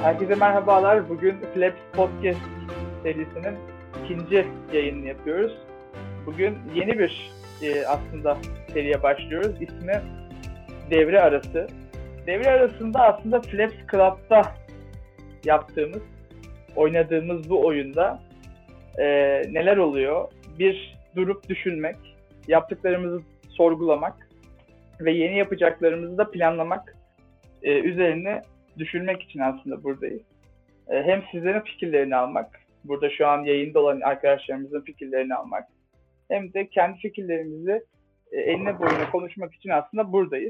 Herkese merhabalar. Bugün Flaps Podcast serisinin ikinci yayınını yapıyoruz. Bugün yeni bir aslında seriye başlıyoruz. İsmi Devre Arası. Devre arasında aslında Flaps Club'da yaptığımız, oynadığımız bu oyunda neler oluyor? Bir durup düşünmek, yaptıklarımızı sorgulamak ve yeni yapacaklarımızı da planlamak üzerine düşünmek için aslında buradayız. Hem sizlerin fikirlerini almak, burada şu an yayında olan arkadaşlarımızın fikirlerini almak, hem de kendi fikirlerimizi eline boyuna konuşmak için aslında buradayız.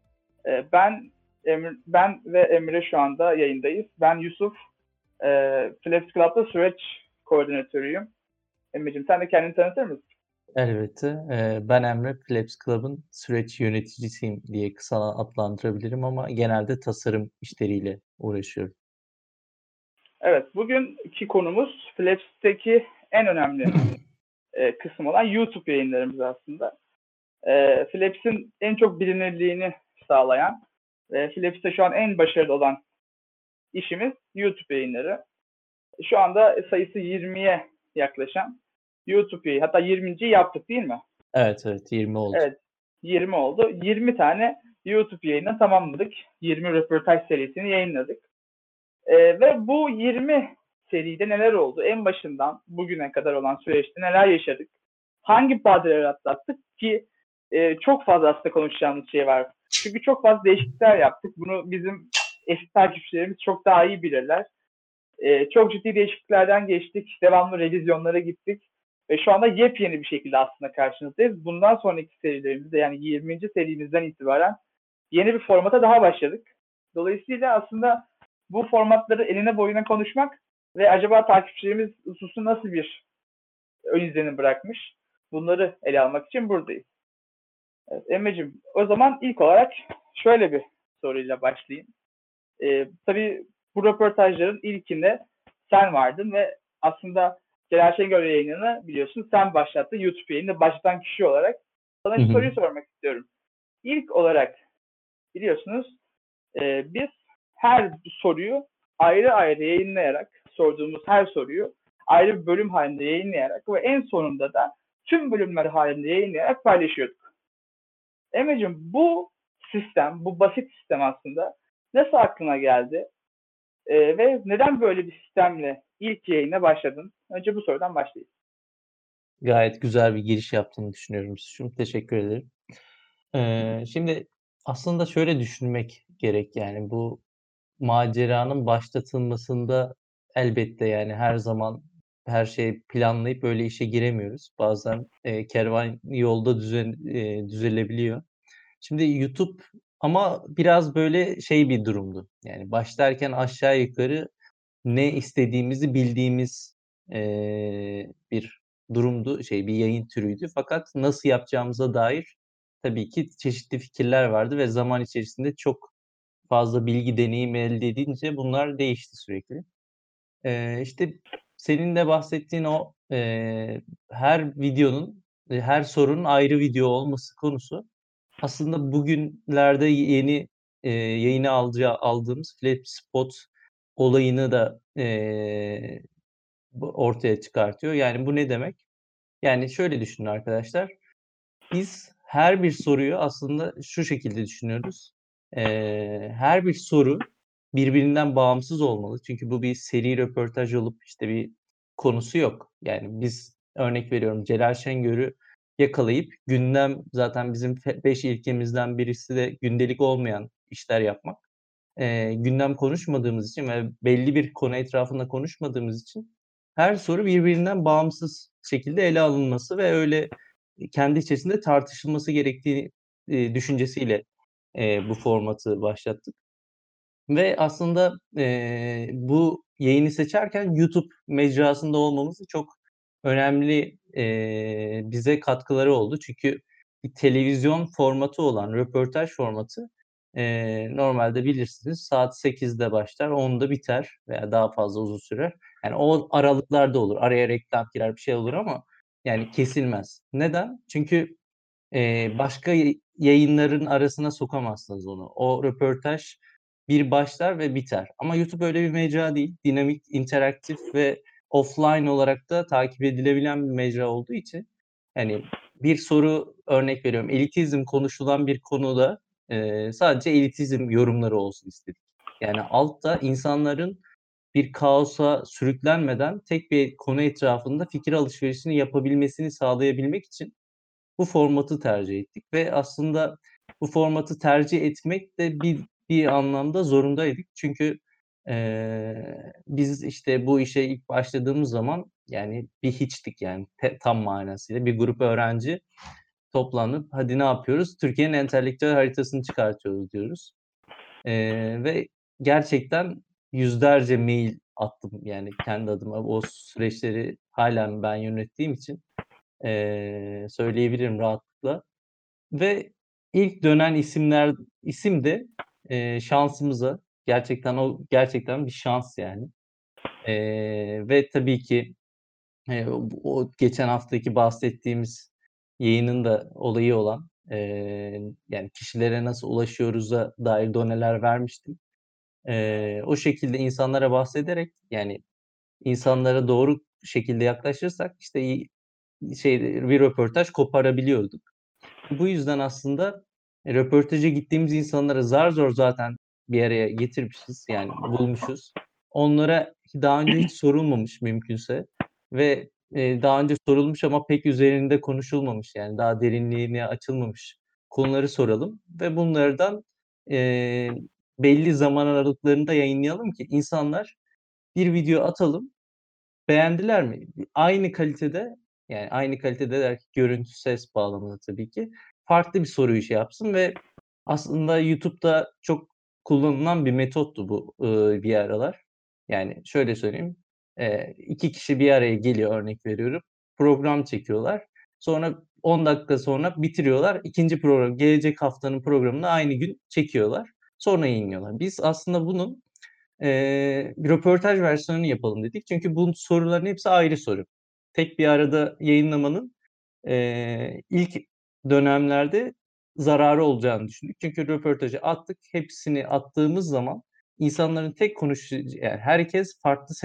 Ben ve Emre şu anda yayındayız. Ben Yusuf, Flaps Club'da süreç koordinatörüyüm. Emre'cim sen de kendini tanıtır mısın? Elbette. Ben Emre, Flaps Club'ın süreç yöneticisiyim diye kısa adlandırabilirim ama genelde tasarım işleriyle uğraşıyorum. Evet, bugünkü konumuz Flaps'teki en önemli kısım olan YouTube yayınlarımız aslında. Flaps'in en çok bilinirliğini sağlayan ve Flaps'te şu an en başarılı olan işimiz YouTube yayınları. Şu anda sayısı 20'ye yaklaşan YouTube yayını. Hatta 20'yi yaptık değil mi? Evet, 20 oldu. Evet, 20 oldu. 20 tane YouTube yayını tamamladık. 20 röportaj serisini yayınladık. Ve bu 20 seride neler oldu? En başından bugüne kadar olan süreçte neler yaşadık? Hangi badireleri atlattık ki çok fazla aslında konuşacağımız şey var. Çünkü çok fazla değişiklikler yaptık. Bunu bizim eski takipçilerimiz çok daha iyi bilirler. Çok ciddi değişikliklerden geçtik. Devamlı revizyonlara gittik. Ve şu anda yepyeni bir şekilde aslında karşınızdayız. Bundan sonraki serilerimizde yani 20. serimizden itibaren yeni bir formata daha başladık. Dolayısıyla aslında bu formatları eline boyuna konuşmak ve acaba takipçilerimiz hususu nasıl bir ön izlenim bırakmış, bunları ele almak için buradayız. Evet, Emre'cim, o zaman ilk olarak şöyle bir soruyla başlayayım. Tabii bu röportajların ilkinde sen vardın ve aslında Celal Şengör yayınını biliyorsun sen başlattın. YouTube yayını başlatan kişi olarak sana şu soruyu sormak istiyorum. İlk olarak biliyorsunuz biz her soruyu ayrı ayrı yayınlayarak, sorduğumuz her soruyu ayrı bir bölüm halinde yayınlayarak ve en sonunda da tüm bölümler halinde yayınlayarak paylaşıyorduk. Emre'cim bu sistem, bu basit sistem aslında nasıl aklına geldi? Ve neden böyle bir sistemle ilk yayına başladın? Önce bu sorudan başlayayım. Gayet güzel bir giriş yaptığını düşünüyorum Yusuf'cum. Teşekkür ederim. Şimdi aslında şöyle düşünmek gerek yani bu maceranın başlatılmasında elbette yani her zaman her şeyi planlayıp öyle işe giremiyoruz. Bazen kervan yolda düzelebiliyor. Şimdi YouTube ama biraz böyle şey bir durumdu. Yani başlarken aşağı yukarı ne istediğimizi bildiğimiz, bir durumdu, bir yayın türüydü. Fakat nasıl yapacağımıza dair tabii ki çeşitli fikirler vardı ve zaman içerisinde çok fazla bilgi, deneyim elde edince bunlar değişti sürekli. İşte senin de bahsettiğin o, her videonun, her sorunun ayrı video olması konusu aslında bugünlerde yeni, yayına aldığımız Flipspot olayını da, ortaya çıkartıyor. Yani bu ne demek? Yani şöyle düşünün arkadaşlar, biz her bir soruyu aslında şu şekilde düşünüyoruz. Her bir soru birbirinden bağımsız olmalı. Çünkü bu bir seri röportaj olup, işte, bir konusu yok. Yani biz örnek veriyorum Celal Şengör'ü yakalayıp gündem zaten bizim 5 ilkemizden birisi de gündelik olmayan işler yapmak. Gündem konuşmadığımız için ve belli bir konu etrafında konuşmadığımız için her soru birbirinden bağımsız şekilde ele alınması ve öyle kendi içerisinde tartışılması gerektiği, düşüncesiyle, bu formatı başlattık ve aslında, bu yayını seçerken YouTube mecrasında olmamız çok önemli, bize katkıları oldu. Çünkü bir televizyon formatı olan röportaj formatı, normalde bilirsiniz saat 8'de başlar, 10'da biter veya daha fazla uzun sürer. Yani o aralıklarda olur. Araya reklam girer, bir şey olur ama yani kesilmez. Neden? Çünkü başka yayınların arasına sokamazsınız onu. O röportaj bir başlar ve biter. Ama YouTube öyle bir mecra değil. Dinamik, interaktif ve offline olarak da takip edilebilen bir mecra olduğu için hani bir soru örnek veriyorum. Elitizm konuşulan bir konuda sadece elitizm yorumları olsun istedik. Yani altta insanların bir kaosa sürüklenmeden tek bir konu etrafında fikir alışverişini yapabilmesini sağlayabilmek için bu formatı tercih ettik ve aslında bu formatı tercih etmek de bir anlamda zorundaydık. Çünkü, biz, işte, bu işe ilk başladığımız zaman, yani, bir hiçtik, yani, tam manasıyla. Bir grup öğrenci toplanıp, "Hadi ne yapıyoruz? Türkiye'nin entelektüel haritasını çıkartıyoruz." diyoruz. Ve gerçekten yüzlerce mail attım, yani, kendi adıma. O süreçleri hâlen ben yönettiğim için, söyleyebilirim rahatlıkla ve ilk dönen isim de, şansımıza gerçekten bir şans yani. Ve tabii ki, o geçen haftaki bahsettiğimiz yayının da olayı olan, yani kişilere nasıl ulaşıyoruz'a dair doneler vermiştim. O şekilde insanlara bahsederek, yani insanlara doğru şekilde yaklaşırsak, işte, bir röportaj koparabiliyorduk. Bu yüzden aslında, röportaja gittiğimiz insanları zar zor zaten bir araya getirmişiz, yani bulmuşuz. Onlara daha önce hiç sorulmamış mümkünse ve, daha önce sorulmuş ama pek üzerinde konuşulmamış, yani daha derinliğine açılmamış konuları soralım ve bunlardan, eee, belli zaman aralıklarında yayınlayalım ki insanlar bir video atalım. Beğendiler mi? Aynı kalitede, yani aynı kalitede derken görüntü, ses bağlamında tabii ki, farklı bir soruyu şey yapsın ve aslında YouTube'da çok kullanılan bir metottu bu, bir aralar. Yani şöyle söyleyeyim, 2 kişi bir araya geliyor, örnek veriyorum. Program çekiyorlar. Sonra 10 dakika sonra bitiriyorlar. İkinci program, gelecek haftanın programını aynı gün çekiyorlar. Sonra yayınlıyorlar. Biz aslında bunun bir röportaj versiyonunu yapalım dedik. Çünkü bu soruların hepsi ayrı soru. Tek bir arada yayınlamanın, ilk dönemlerde zararı olacağını düşündük. Çünkü röportajı attık. Hepsini attığımız zaman insanların tek yani herkes farklı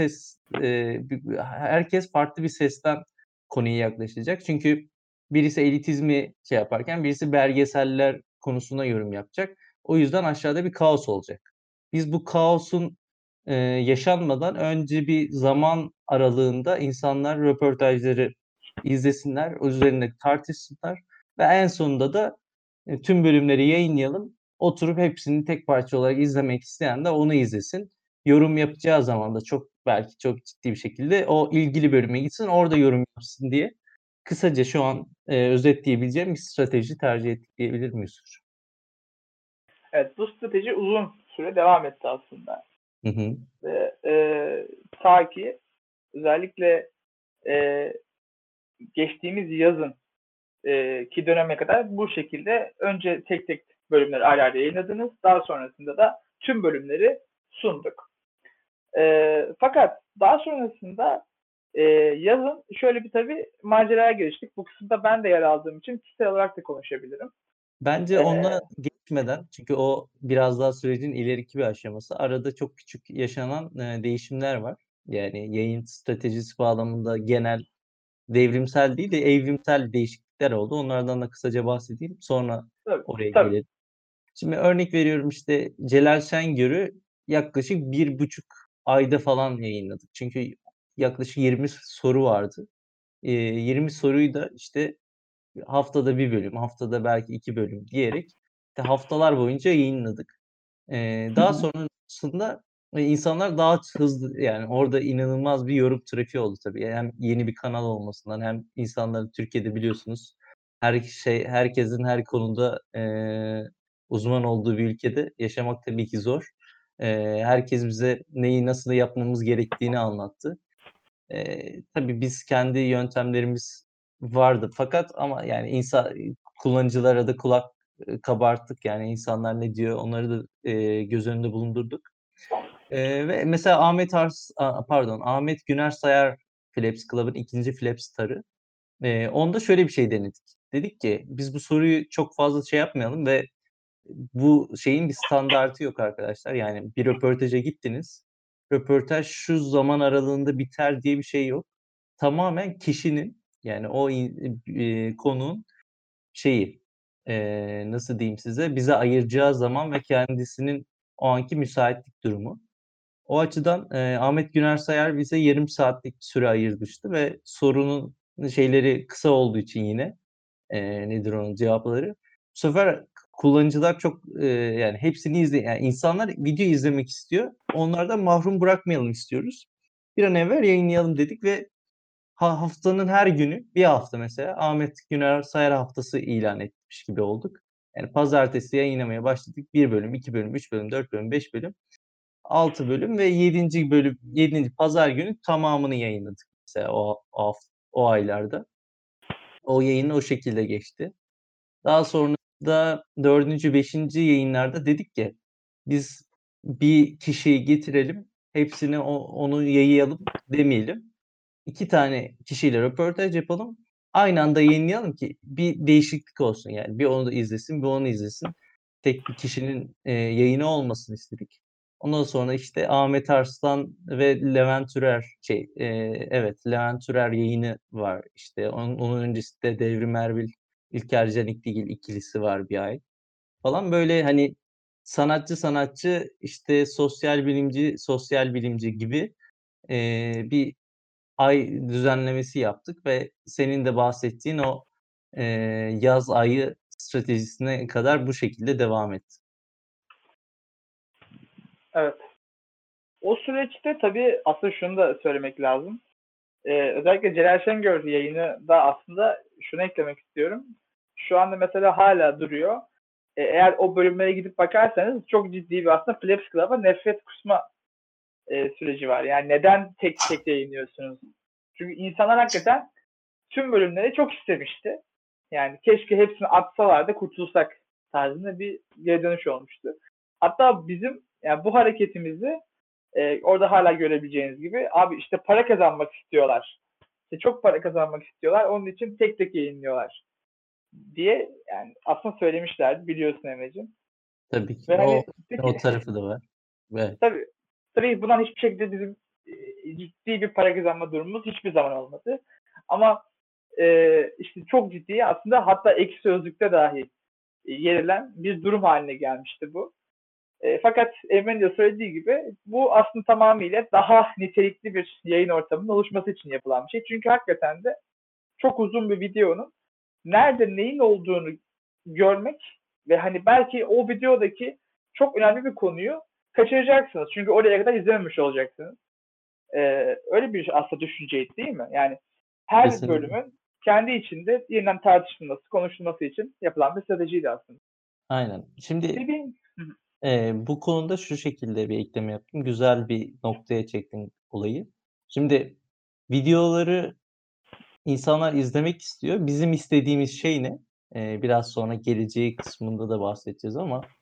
herkes farklı bir sesten konuya yaklaşacak. Çünkü birisi elitizmi şey yaparken birisi belgeseller konusuna yorum yapacak. O yüzden aşağıda bir kaos olacak. Biz bu kaosun yaşanmadan önce bir zaman aralığında insanlar röportajları izlesinler, üzerine tartışsınlar ve en sonunda da, tüm bölümleri yayınlayalım. Oturup hepsini tek parça olarak izlemek isteyen de onu izlesin. Yorum yapacağı zaman da belki çok ciddi bir şekilde o ilgili bölüme gitsin, orada yorum yapsın diye kısaca şu an, özetleyebileceğim bir strateji tercih ettik diyebilir miyiz hocam? Evet, bu strateji uzun süre devam etti aslında. Hı hı. Ve ta ki özellikle e, geçtiğimiz yazın ki döneme kadar bu şekilde önce tek tek bölümleri ayrı ayrı yayınladınız. Daha sonrasında da tüm bölümleri sunduk. Fakat daha sonrasında yazın şöyle bir tabii maceraya giriştik. Bu kısımda ben de yer aldığım için kişisel olarak da konuşabilirim. Bence Ee, ona geçmeden çünkü o biraz daha sürecin ileriki bir aşaması. Arada çok küçük yaşanan, değişimler var. Yani yayın stratejisi bağlamında genel devrimsel değil de evrimsel değişiklikler oldu. Onlardan da kısaca bahsedeyim. Sonra tabii, oraya tabii. gelelim. Şimdi örnek veriyorum, işte, Celal Şengör'ü yaklaşık 1,5 ayda falan yayınladık. Çünkü yaklaşık 20 soru vardı. 20 soruyu da, işte, haftada bir bölüm, haftada belki 2 bölüm diyerek işte haftalar boyunca yayınladık. Daha sonrasında, insanlar daha hızlı yani orada inanılmaz bir yorum trafiği oldu tabii. Hem yeni bir kanal olmasından hem insanların Türkiye'de biliyorsunuz herkesin her konuda, uzman olduğu bir ülkede yaşamak tabii ki zor. Herkes bize neyi nasıl yapmamız gerektiğini anlattı. Tabii biz kendi yöntemlerimiz vardı fakat ama yani kullanıcılara da kulak, kabarttık. Yani insanlar ne diyor onları da, göz önünde bulundurduk. Ve mesela Ahmet Güner Sayar Flaps Club'ın 2'nci Flaps starı. Onda şöyle bir şey denedik. Dedik ki biz bu soruyu çok fazla şey yapmayalım ve bu şeyin bir standartı yok arkadaşlar. Yani bir röportaja gittiniz. Röportaj şu zaman aralığında biter diye bir şey yok. Tamamen kişinin yani konuğun şeyi nasıl diyeyim size bize ayıracağı zaman ve kendisinin o anki müsaitlik durumu. O açıdan Ahmet Güner Sayar bize yarım saatlik süre ayırmıştı ve sorunun şeyleri kısa olduğu için yine nedir onun cevapları. Bu sefer kullanıcılar çok yani hepsini yani insanlar video izlemek istiyor. Onlardan mahrum bırakmayalım istiyoruz. Bir an evvel yayınlayalım dedik ve haftanın her günü bir hafta mesela Ahmet Güner Sayar haftası ilan etmiş gibi olduk. Yani pazartesi yayınlamaya başladık. 1 bölüm, 2 bölüm, 3 bölüm, 4 bölüm, 5 bölüm, 6 bölüm ve 7. bölüm 7. pazar günü tamamını yayınladık mesela o aylarda. O yayın o şekilde geçti. Daha sonra da 4. 5. yayınlarda dedik ki biz bir kişiyi getirelim, hepsini onu yayalım demeyelim. 2 tane kişiyle röportaj yapalım. Aynı anda yayınlayalım ki bir değişiklik olsun yani. Bir onu da izlesin, bir onu izlesin. Tek bir kişinin yayını olmasını istedik. Ondan sonra işte Ahmet Arslan ve Levent Ürer evet Levent Ürer yayını var. İşte onun öncesinde Devrim Erbil, İlker Canikligil ikilisi var bir ay falan. Böyle hani sanatçı işte sosyal bilimci gibi bir ay düzenlemesi yaptık ve senin de bahsettiğin o eee, yaz ayı stratejisine kadar bu şekilde devam etti. Evet. O süreçte tabii aslında şunu da söylemek lazım. Özellikle Celal Şengör yayını da aslında şunu eklemek istiyorum. Şu anda mesela hala duruyor. Eğer o bölümlere gidip bakarsanız çok ciddi bir aslında Flaps Club'a nefret kusma süreci var. Yani neden tek tek yayınlıyorsunuz? Çünkü insanlar hakikaten tüm bölümleri çok istemişti. Yani keşke hepsini atsalar da kurtulsak tarzında bir geri dönüş olmuştu. Hatta bizim yani bu hareketimizi orada hala görebileceğiniz gibi abi işte para kazanmak istiyorlar. İşte çok para kazanmak istiyorlar. Onun için tek tek yayınlıyorlar diye yani aslında söylemişlerdi biliyorsun Emre'ciğim. Tabii ki Ve o hani peki o tarafı da var. Evet. tabii tabii bundan hiçbir şekilde bizim ciddi bir para kazanma durumumuz hiçbir zaman olmadı. Ama işte çok ciddi aslında hatta Ekşi Sözlük'te dahi yer alan bir durum haline gelmişti bu. Fakat Emre'nin de söylediği gibi bu aslında tamamıyla daha nitelikli bir yayın ortamının oluşması için yapılan bir şey. Çünkü hakikaten de çok uzun bir videonun nerede neyin olduğunu görmek ve hani belki o videodaki çok önemli bir konuyu kaçıracaksınız. Çünkü oraya kadar izlememiş olacaksınız. Öyle bir aslında düşünceydi değil mi? Yani her Kesinlikle. bölümün kendi içinde yeniden tartışılması, konuşulması için yapılan bir stratejiydi aslında. Aynen. Şimdi Dediğim bu konuda şu şekilde bir ekleme yaptım. Güzel bir noktaya çektin olayı. Şimdi videoları insanlar izlemek istiyor. Bizim istediğimiz şey ne? Biraz sonra geleceği kısmında da bahsedeceğiz ama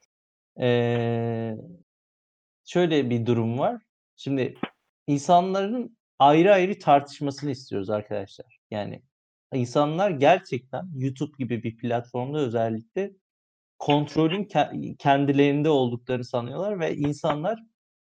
eee şöyle bir durum var. Şimdi insanların ayrı ayrı tartışmasını istiyoruz arkadaşlar. Yani insanlar gerçekten YouTube gibi bir platformda özellikle kontrolün kendilerinde olduklarını sanıyorlar ve insanlar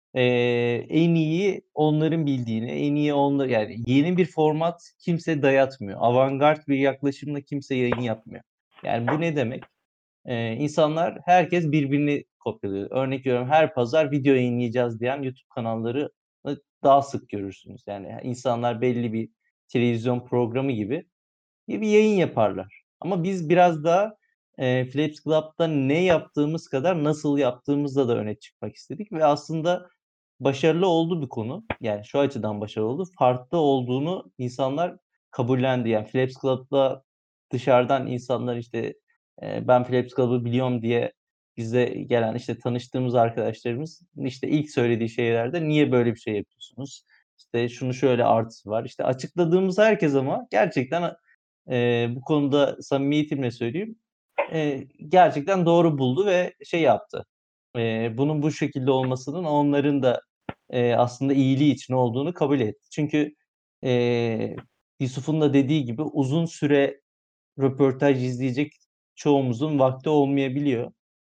en iyi onların bildiğini, en iyi onlar yani yeni bir format kimse dayatmıyor. Avantgard bir yaklaşımla kimse yayın yapmıyor. Yani bu ne demek? İnsanlar herkes birbirini kopyalıyor. Örnek veriyorum her pazar video yayınlayacağız diyen YouTube kanalları daha sık görürsünüz. Yani insanlar belli bir televizyon programı gibi bir yayın yaparlar. Ama biz biraz daha Flaps Club'da ne yaptığımız kadar nasıl yaptığımızla da öne çıkmak istedik ve aslında başarılı oldu bir konu. Yani şu açıdan başarılı oldu. Farklı olduğunu insanlar kabullendi. Yani Flaps Club'da dışarıdan insanlar işte ben Flaps Club'ı biliyorum diye bize gelen işte tanıştığımız arkadaşlarımız işte ilk söylediği şeylerde niye böyle bir şey yapıyorsunuz? İşte şunu şöyle artısı var. İşte açıkladığımız herkes ama gerçekten bu konuda samimiyetimle söyleyeyim gerçekten doğru buldu ve şey yaptı. Bunun bu şekilde olmasının onların da aslında iyiliği için olduğunu kabul etti. Çünkü Yusuf'un da dediği gibi uzun süre röportaj izleyecek çoğumuzun vakti olmayabiliyor.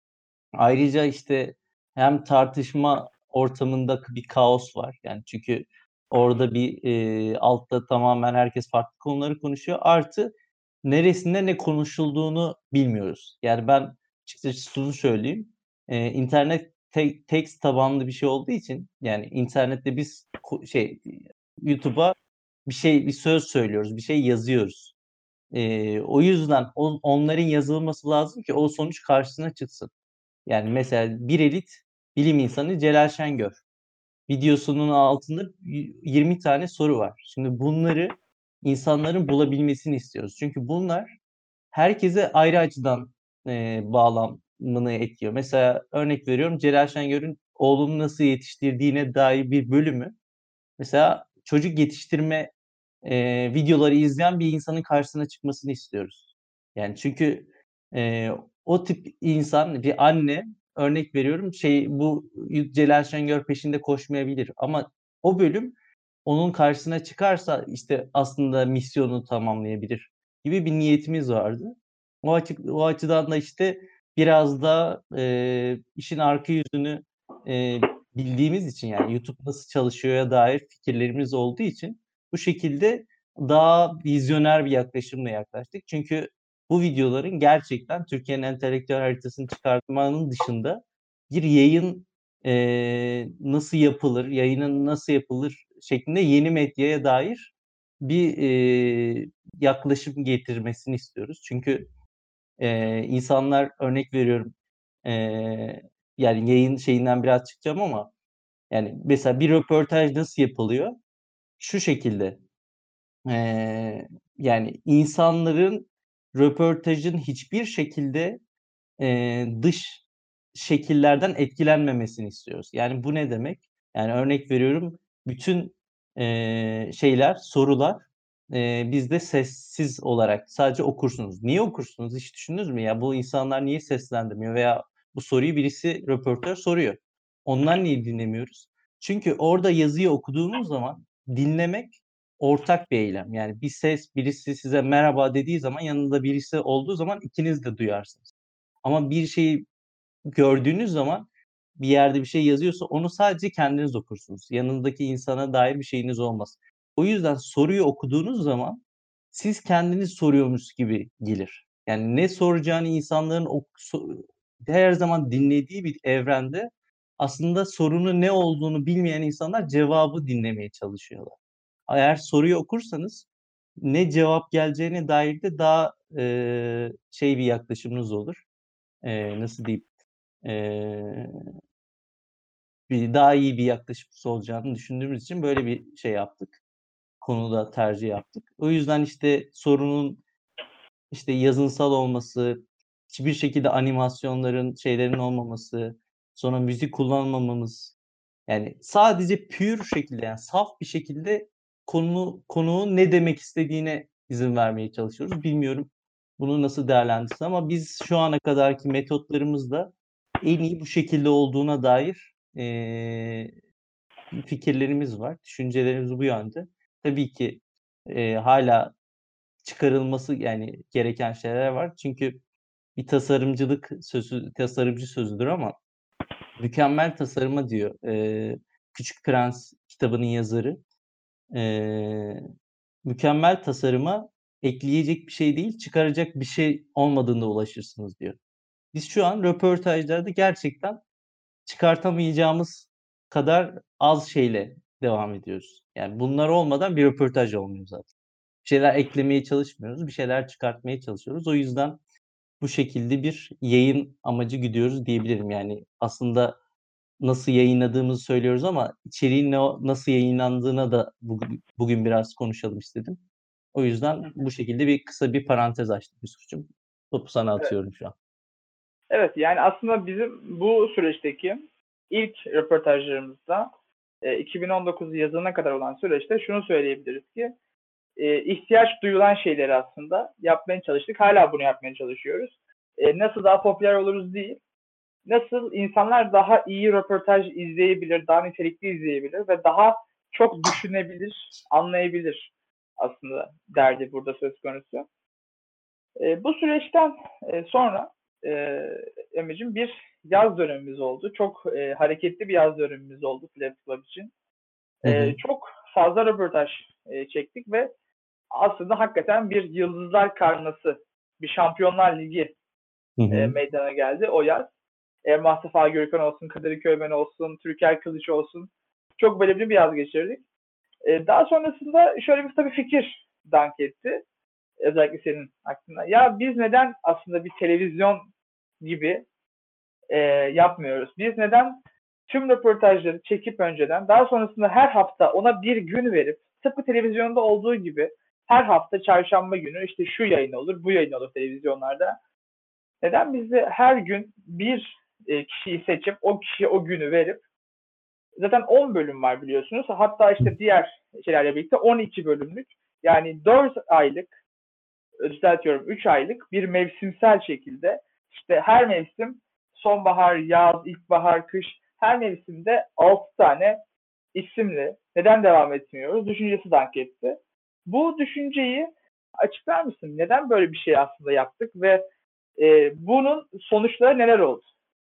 Ayrıca işte hem tartışma ortamında bir kaos var. Yani çünkü orada bir altta tamamen herkes farklı konuları konuşuyor. Artı neresinde ne konuşulduğunu bilmiyoruz. Yani ben açıkçası şunu söyleyeyim. İnternet text tabanlı bir şey olduğu için yani internette biz YouTube'a bir söz söylüyoruz, bir şey yazıyoruz. O yüzden onların yazılması lazım ki o sonuç karşısına çıksın. Yani mesela bir elit bilim insanı Celal Şengör videosunun altında 20 tane soru var. Şimdi bunları insanların bulabilmesini istiyoruz. Çünkü bunlar herkese ayrı açıdan bağlamını etkiliyor. Mesela örnek veriyorum, Celal Şengör'ün oğlunu nasıl yetiştirdiğine dair bir bölümü mesela çocuk yetiştirme videoları izleyen bir insanın karşısına çıkmasını istiyoruz. Yani çünkü o tip insan, bir anne örnek veriyorum bu Celal Şengör peşinde koşmayabilir ama o bölüm onun karşısına çıkarsa işte aslında misyonu tamamlayabilir gibi bir niyetimiz vardı. O açıdan da işte biraz da işin arka yüzünü bildiğimiz için, yani YouTube nasıl çalışıyorya dair fikirlerimiz olduğu için bu şekilde daha vizyoner bir yaklaşımla yaklaştık. Çünkü bu videoların gerçekten Türkiye'nin entelektüel haritasını çıkartmanın dışında bir yayın nasıl yapılır, yayının nasıl yapılır şeklinde yeni medyaya dair bir yaklaşım getirmesini istiyoruz. Çünkü insanlar, örnek veriyorum, yani yayın şeyinden biraz çıkacağım ama yani mesela bir röportaj nasıl yapılıyor? Şu şekilde. Yani insanların röportajın hiçbir şekilde dış şekillerden etkilenmemesini istiyoruz. Yani bu ne demek? Yani örnek veriyorum, bütün sorular bizde sessiz olarak sadece okursunuz. Niye okursunuz? Hiç düşündünüz mü? Ya bu insanlar niye seslendirmiyor veya bu soruyu birisi röportör soruyor. Onlar niye dinlemiyoruz? Çünkü orada yazıyı okuduğunuz zaman dinlemek ortak bir eylem. Yani birisi size merhaba dediği zaman yanında birisi olduğu zaman ikiniz de duyarsınız. Ama bir şeyi gördüğünüz zaman bir yerde bir şey yazıyorsa onu sadece kendiniz okursunuz. Yanındaki insana dair bir şeyiniz olmaz. O yüzden soruyu okuduğunuz zaman siz kendiniz soruyormuş gibi gelir. Yani ne soracağını insanların her zaman dinlediği bir evrende aslında sorunun ne olduğunu bilmeyen insanlar cevabı dinlemeye çalışıyorlar. Eğer soruyu okursanız ne cevap geleceğine dair de daha bir yaklaşımınız olur. Nasıl diyeyim? Eee, daha iyi bir yaklaşımımız olacağını düşündüğümüz için böyle bir şey yaptık. Konuda tercih yaptık. O yüzden işte sorunun işte yazınsal olması, hiçbir şekilde animasyonların olmaması, sonra müzik kullanmamamız, yani sadece pure şekilde, yani saf bir şekilde konuğun ne demek istediğine izin vermeye çalışıyoruz. Bilmiyorum bunu nasıl değerlendirirsin ama biz şu ana kadarki metotlarımızla en iyi bu şekilde olduğuna dair fikirlerimiz var. Düşüncelerimiz bu yönde. Tabii ki hala çıkarılması yani gereken şeyler var. Çünkü bir tasarımcı sözüdür ama mükemmel tasarıma diyor Küçük Prens kitabının yazarı. Mükemmel tasarıma ekleyecek bir şey değil, çıkaracak bir şey olmadığında ulaşırsınız diyor. Biz şu an röportajlarda gerçekten çıkartamayacağımız kadar az şeyle devam ediyoruz. Yani bunlar olmadan bir röportaj olmuyor zaten. Bir şeyler eklemeye çalışmıyoruz, bir şeyler çıkartmaya çalışıyoruz. O yüzden bu şekilde bir yayın amacı güdüyoruz diyebilirim. Yani aslında nasıl yayınladığımızı söylüyoruz ama içeriğin nasıl yayınlandığına da bugün biraz konuşalım istedim. O yüzden bu şekilde kısa bir parantez açtık Yusuf'cum. Topu sana Evet. atıyorum şu an. Evet, yani aslında bizim bu süreçteki ilk röportajlarımızda 2019 yazına kadar olan süreçte şunu söyleyebiliriz ki ihtiyaç duyulan şeyleri aslında yapmaya çalıştık. Hala bunu yapmaya çalışıyoruz. Nasıl daha popüler oluruz değil, nasıl insanlar daha iyi röportaj izleyebilir, daha nitelikli izleyebilir ve daha çok düşünebilir, anlayabilir aslında derdi burada söz konusu. Bu süreçten sonra Emre'cim bir yaz dönemimiz oldu. Çok hareketli bir yaz dönemimiz oldu Flaps Club için. Hı hı. Çok fazla röportaj çektik ve aslında hakikaten bir yıldızlar karnası, bir Şampiyonlar Ligi Hı hı. meydana geldi o yaz. Mustafa Gürkan olsun, Kadir Köymen olsun, Türker Kılıç olsun. Çok verimli bir yaz geçirdik. Daha sonrasında şöyle bir tabii fikir dank etti. Özellikle senin aklına. Ya biz neden aslında bir televizyon gibi yapmıyoruz? Biz neden tüm röportajları çekip önceden daha sonrasında her hafta ona bir gün verip tıpkı televizyonda olduğu gibi her hafta çarşamba günü işte şu yayın olur, bu yayın olur televizyonlarda. Neden biz de her gün bir kişiyi seçip o kişiye o günü verip zaten 10 bölüm var biliyorsunuz. Hatta işte diğer şeylerle birlikte 12 bölümlük yani 4 aylık düzeltiyorum 3 aylık bir mevsimsel şekilde işte her mevsim sonbahar, yaz, ilkbahar, kış her mevsimde 6 tane isimli neden devam etmiyoruz düşüncesi dank etti. Bu düşünceyi açıklar mısın? Neden böyle bir şey aslında yaptık ve bunun sonuçları neler oldu?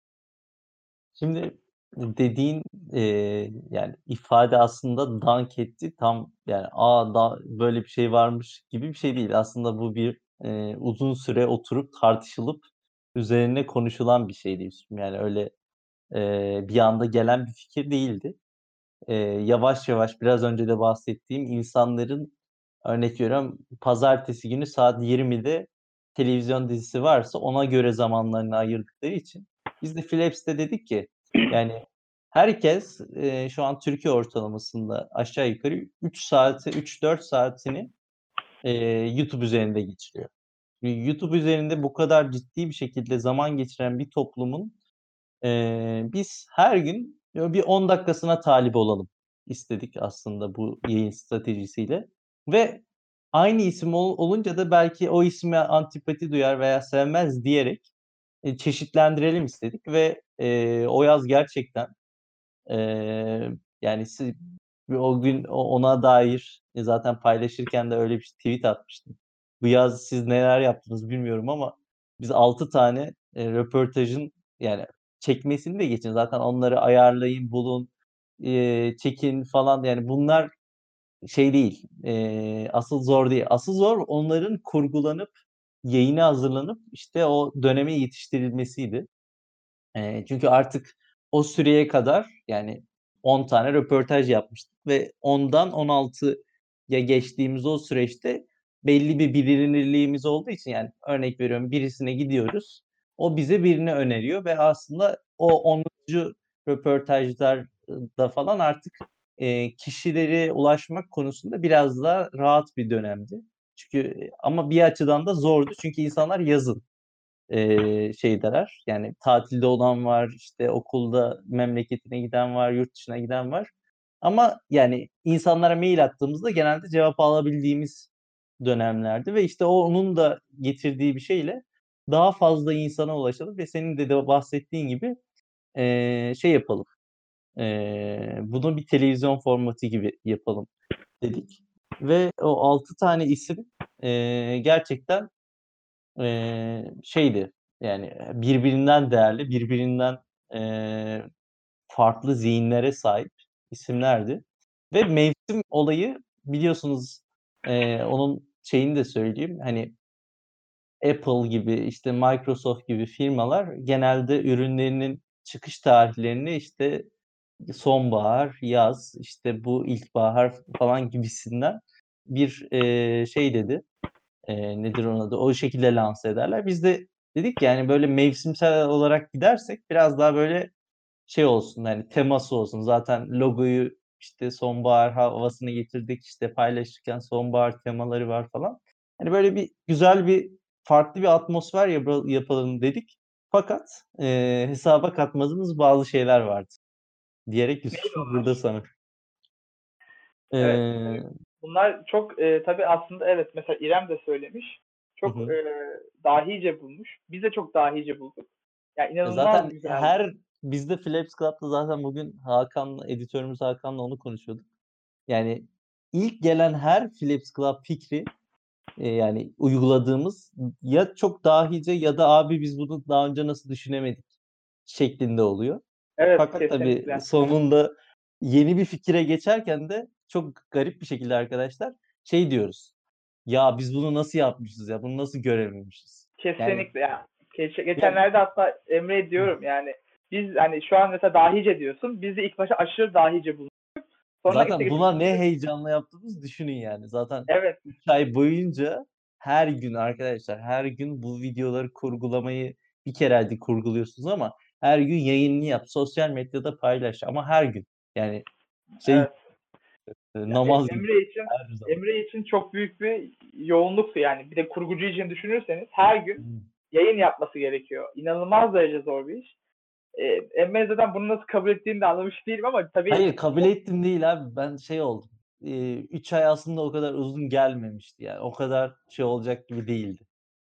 Şimdi dediğin, yani ifade aslında dank etti. Tam yani, böyle bir şey varmış gibi bir şey değil. Aslında bu bir, uzun süre oturup tartışılıp üzerine konuşulan bir şeydi. Yani öyle, bir anda gelen bir fikir değildi. Yavaş yavaş biraz önce de bahsettiğim insanların örnek veriyorum pazartesi günü saat 20'de televizyon dizisi varsa ona göre zamanlarını ayırdıkları için biz de Philips'te dedik ki yani herkes, şu an Türkiye ortalamasında aşağı yukarı 3-4 saatini, YouTube üzerinde geçiriyor. YouTube üzerinde bu kadar ciddi bir şekilde zaman geçiren bir toplumun biz her gün bir 10 dakikasına talip olalım istedik aslında bu yayın stratejisiyle ve aynı isim olunca da belki o isme antipati duyar veya sevmez diyerek, çeşitlendirelim istedik ve, o yaz gerçekten, yani o gün ona dair, zaten paylaşırken de öyle bir tweet atmıştım. Bu yaz siz neler yaptınız bilmiyorum ama biz 6 tane, röportajın yani çekmesini de geçin zaten onları ayarlayın, bulun, çekin falan yani bunlar şey değil, asıl zor değil. Asıl zor onların kurgulanıp, yayına hazırlanıp, işte, o döneme yetiştirilmesiydi. Çünkü artık o süreye kadar yani 10 tane röportaj yapmıştık ve 10'dan 16'ya geçtiğimiz o süreçte belli bir bilinirliğimiz olduğu için yani örnek veriyorum birisine gidiyoruz, o bize birini öneriyor ve aslında o 10'uncu röportajlarda falan artık, kişilere ulaşmak konusunda biraz daha rahat bir dönemdi. Çünkü ama bir açıdan da zordu çünkü insanlar yazın şeydeler. Yani tatilde olan var, işte okulda memleketine giden var, yurt dışına giden var. Ama yani insanlara mail attığımızda genelde cevap alabildiğimiz dönemlerdi ve işte onun da getirdiği bir şeyle daha fazla insana ulaşalım ve senin de bahsettiğin gibi, şey yapalım, bunu bir televizyon formatı gibi yapalım dedik ve o 6 tane isim, gerçekten şeydi, yani, birbirinden değerli, birbirinden, eee, farklı zihinlere sahip isimlerdi ve mevsim olayı biliyorsunuz, onun şeyini de söyleyeyim, hani, Apple gibi, işte, Microsoft gibi firmalar genelde ürünlerinin çıkış tarihlerini, işte, sonbahar, yaz, işte, bu ilkbahar falan gibisinden bir, şey dedi, nedir onun adı? O şekilde lanse ederler. Biz de dedik ki, yani, böyle mevsimsel olarak gidersek biraz daha böyle şey olsun, hani, teması olsun. Zaten logoyu, işte, sonbahar havasına getirdik, işte, paylaşırken sonbahar temaları var falan. Hani, böyle bir güzel bir, farklı bir atmosfer yapalım dedik. Fakat, hesaba katmadığımız bazı şeyler vardı diyerek Neydi burada onlar? sana. Evet. Eee Bunlar çok tabii aslında evet mesela İrem de söylemiş. Hı Çok hı. dahice bulmuş. Biz de çok dahice bulduk. Yani inanılmaz Zaten güzeldi. bizde Flaps Club'da zaten bugün editörümüz Hakan'la onu konuşuyorduk. Yani ilk gelen her Philips Club fikri yani uyguladığımız ya çok dahice ya da abi biz bunu daha önce nasıl düşünemedik şeklinde oluyor. Evet, Fakat tabii kesinlikle. sonunda yeni bir fikire geçerken de çok garip bir şekilde arkadaşlar şey diyoruz. Ya biz bunu nasıl yapmışız ya? Bunu nasıl görememişiz? Yani Kesinlikle ya. ya Geçenlerde hatta Emre'ye diyorum yani biz hani şu an mesela dahice diyorsun. Biz de ilk başta aşırı dahice bulduk. Sonra zaten buna işte ne heyecanla yaptığımızı düşünün yani. Zaten evet. 3 ay boyunca her gün arkadaşlar her gün bu videoları kurgulamayı bir kere hadi kurguluyorsunuz ama her gün yayınını yap, sosyal medyada paylaş ama her gün. Yani şey Evet. Ya namaz gibi Emre için her zaman. Emre için çok büyük bir yoğunluktu yani. Bir de kurgucu için düşünürseniz her gün Hı. yayın yapması gerekiyor. İnanılmaz derece zor bir iş. Emre zaten bunu nasıl kabul ettiğini de anlamış değilim ama tabii Hayır kabul ettim değil abi. Ben şey oldum. 3 ay aslında o kadar uzun gelmemişti yani. O kadar şey olacak gibi değildi.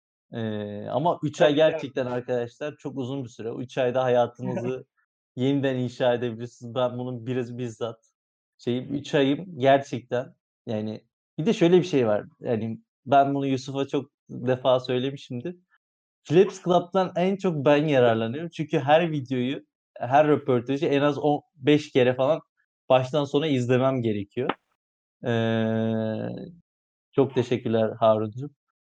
Ama 3 ay tabii canım. gerçekten arkadaşlar çok uzun bir süre. 3 ayda hayatınızı yeniden inşa edebilirsiniz. Ben bunun bizzat şeyim 3 ayım gerçekten yani bir de şöyle bir şey var. Yani ben bunu Yusuf'a çok defa söylemişimdir. Flaps Club'dan en çok ben yararlanıyorum. Çünkü her videoyu, her röportajı en az 5 kere falan baştan sona izlemem gerekiyor. Eee, çok teşekkürler Harun'cum.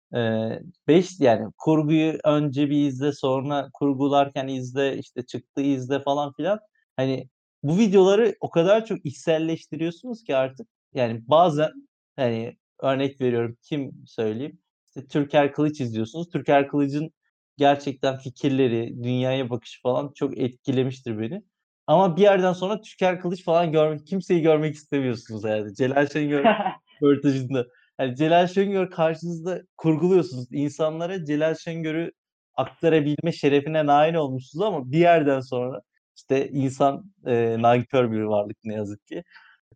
5 yani kurguyu önce bir izle, sonra kurgularken izle, işte çıktı izle falan filan. Hani bu videoları o kadar çok içselleştiriyorsunuz ki artık. Yani bazen hani örnek veriyorum kim söyleyeyim? İşte Türker Kılıç izliyorsunuz. Türker Kılıç'ın gerçekten fikirleri, dünyaya bakışı falan çok etkilemiştir beni. Ama bir yerden sonra Türker Kılıç falan kimseyi görmek istemiyorsunuz yani. Celal Şengör röportajında. Yani Celal Şengör karşınızda kurguluyorsunuz. İnsanlara Celal Şengör'ü aktarabilme şerefine nail olmuşsunuz ama bir yerden sonra işte insan nankör bir varlık ne yazık ki.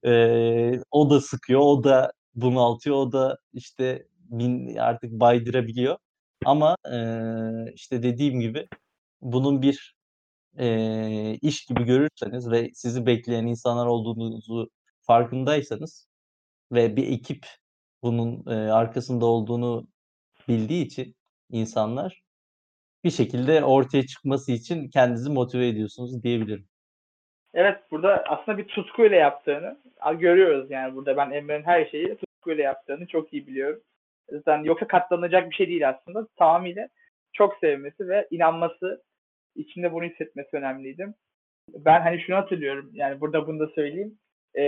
O da sıkıyor, o da bunaltıyor, o da işte artık baydırabiliyor. Ama işte dediğim gibi bunun bir iş gibi görürseniz ve sizi bekleyen insanlar olduğunuzu farkındaysanız ve bir ekip bunun, arkasında olduğunu bildiği için insanlar bir şekilde ortaya çıkması için kendinizi motive ediyorsunuz diyebilirim. Evet, burada aslında bir tutkuyla yaptığını görüyoruz yani burada ben Emre'nin her şeyi tutkuyla yaptığını çok iyi biliyorum. Zaten yoksa katlanacak bir şey değil aslında. Tamamıyla çok sevmesi ve inanması, içinde bunu hissetmesi önemliydi. Ben hani şunu hatırlıyorum yani burada bunu da söyleyeyim.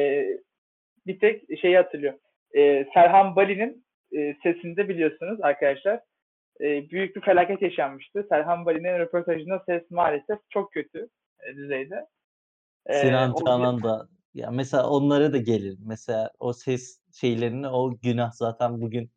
Bir tek şeyi hatırlıyorum. Serhan Bali'nin sesinde biliyorsunuz arkadaşlar büyük bir felaket yaşanmıştı. Serhan Bali'nin röportajında ses maalesef çok kötü düzeyde. Sinan O Canan da ya mesela onlara da gelir. Mesela o ses şeylerini o günah zaten bugün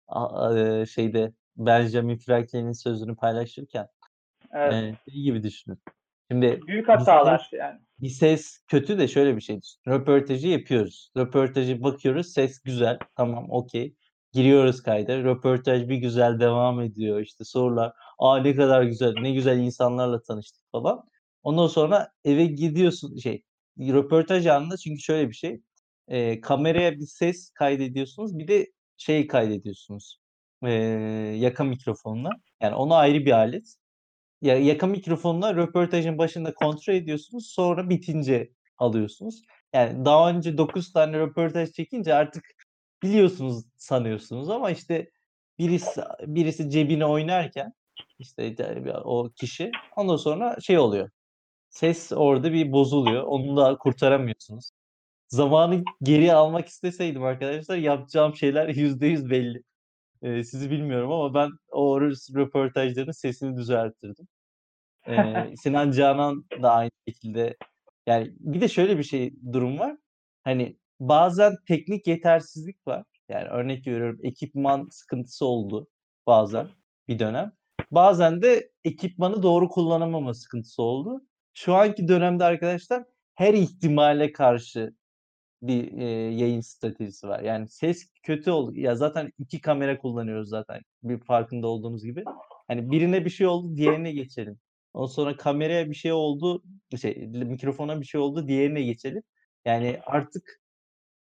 şeyde Benjamin Franklin'in sözünü paylaşırken evet, şey gibi düşünün. Şimdi büyük bir hatalar ses yani. bir ses kötü de şöyle bir şey düşün. Röportajı yapıyoruz. Röportajı bakıyoruz. Ses güzel. Tamam, okey. Giriyoruz kayda. Röportaj bir güzel devam ediyor. İşte sorular. Aa ne kadar güzel. Ne güzel insanlarla tanıştık falan. Ondan sonra eve gidiyorsun röportaj anında çünkü şöyle bir şey. Kameraya bir ses kaydediyorsunuz. Bir de şey kaydediyorsunuz. Ee, yaka mikrofonla. Yani ona ayrı bir alet. Ya yaka mikrofonla röportajın başında kontrol ediyorsunuz. Sonra bitince alıyorsunuz. Yani daha önce 9 tane röportaj çekince artık biliyorsunuz sanıyorsunuz ama işte birisi cebine oynarken işte o kişi ondan sonra şey oluyor. Ses orada bir bozuluyor. Onu da kurtaramıyorsunuz. Zamanı geri almak isteseydim arkadaşlar yapacağım şeyler %100 belli. Sizi bilmiyorum ama ben o röportajların sesini düzelttirdim. Sinan Canan da aynı şekilde. Yani bir de şöyle bir durum var. Hani bazen teknik yetersizlik var. Yani örnek veriyorum ekipman sıkıntısı oldu bazen bir dönem. Bazen de ekipmanı doğru kullanamama sıkıntısı oldu. Şu anki dönemde arkadaşlar her ihtimale karşı bir yayın stratejisi var. Yani ses kötü oldu. Ya zaten 2 kamera kullanıyoruz zaten bir farkında olduğunuz gibi. Hani birine bir şey oldu diğerine geçelim. Ondan sonra kameraya bir şey oldu, mikrofona bir şey oldu diğerine geçelim. Yani artık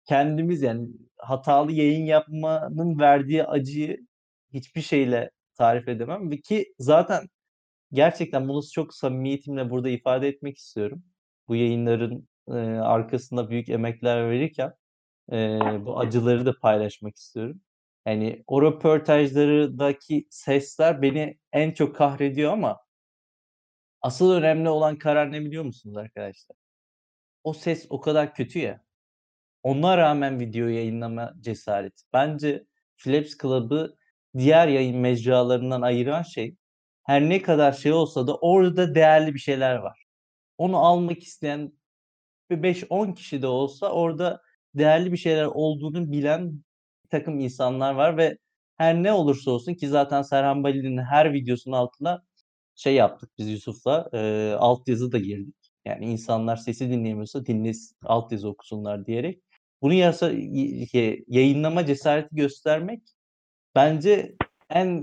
kendimiz yani hatalı yayın yapmanın verdiği acıyı hiçbir şeyle tarif edemem ve ki zaten gerçekten bunu çok samimiyetimle burada ifade etmek istiyorum. Bu yayınların arkasında büyük emekler verirken bu acıları da paylaşmak istiyorum. Yani o röportajlardaki sesler beni en çok kahrediyor ama asıl önemli olan karar ne biliyor musunuz arkadaşlar? O ses o kadar kötü ya. Ona rağmen video yayınlama cesareti. Bence Flaps Club'ı diğer yayın mecralarından ayıran şey, her ne kadar şey olsa da orada değerli bir şeyler var. Onu almak isteyen bir 5-10 kişi de olsa orada değerli bir şeyler olduğunu bilen bir takım insanlar var ve her ne olursa olsun ki zaten Serhan Bali'nin her videosunun altına şey yaptık biz Yusuf'la, altyazı da girdik. Yani insanlar sesi dinleyemiyorsa altyazı okusunlar diyerek. Bunu yayınlama cesareti göstermek bence en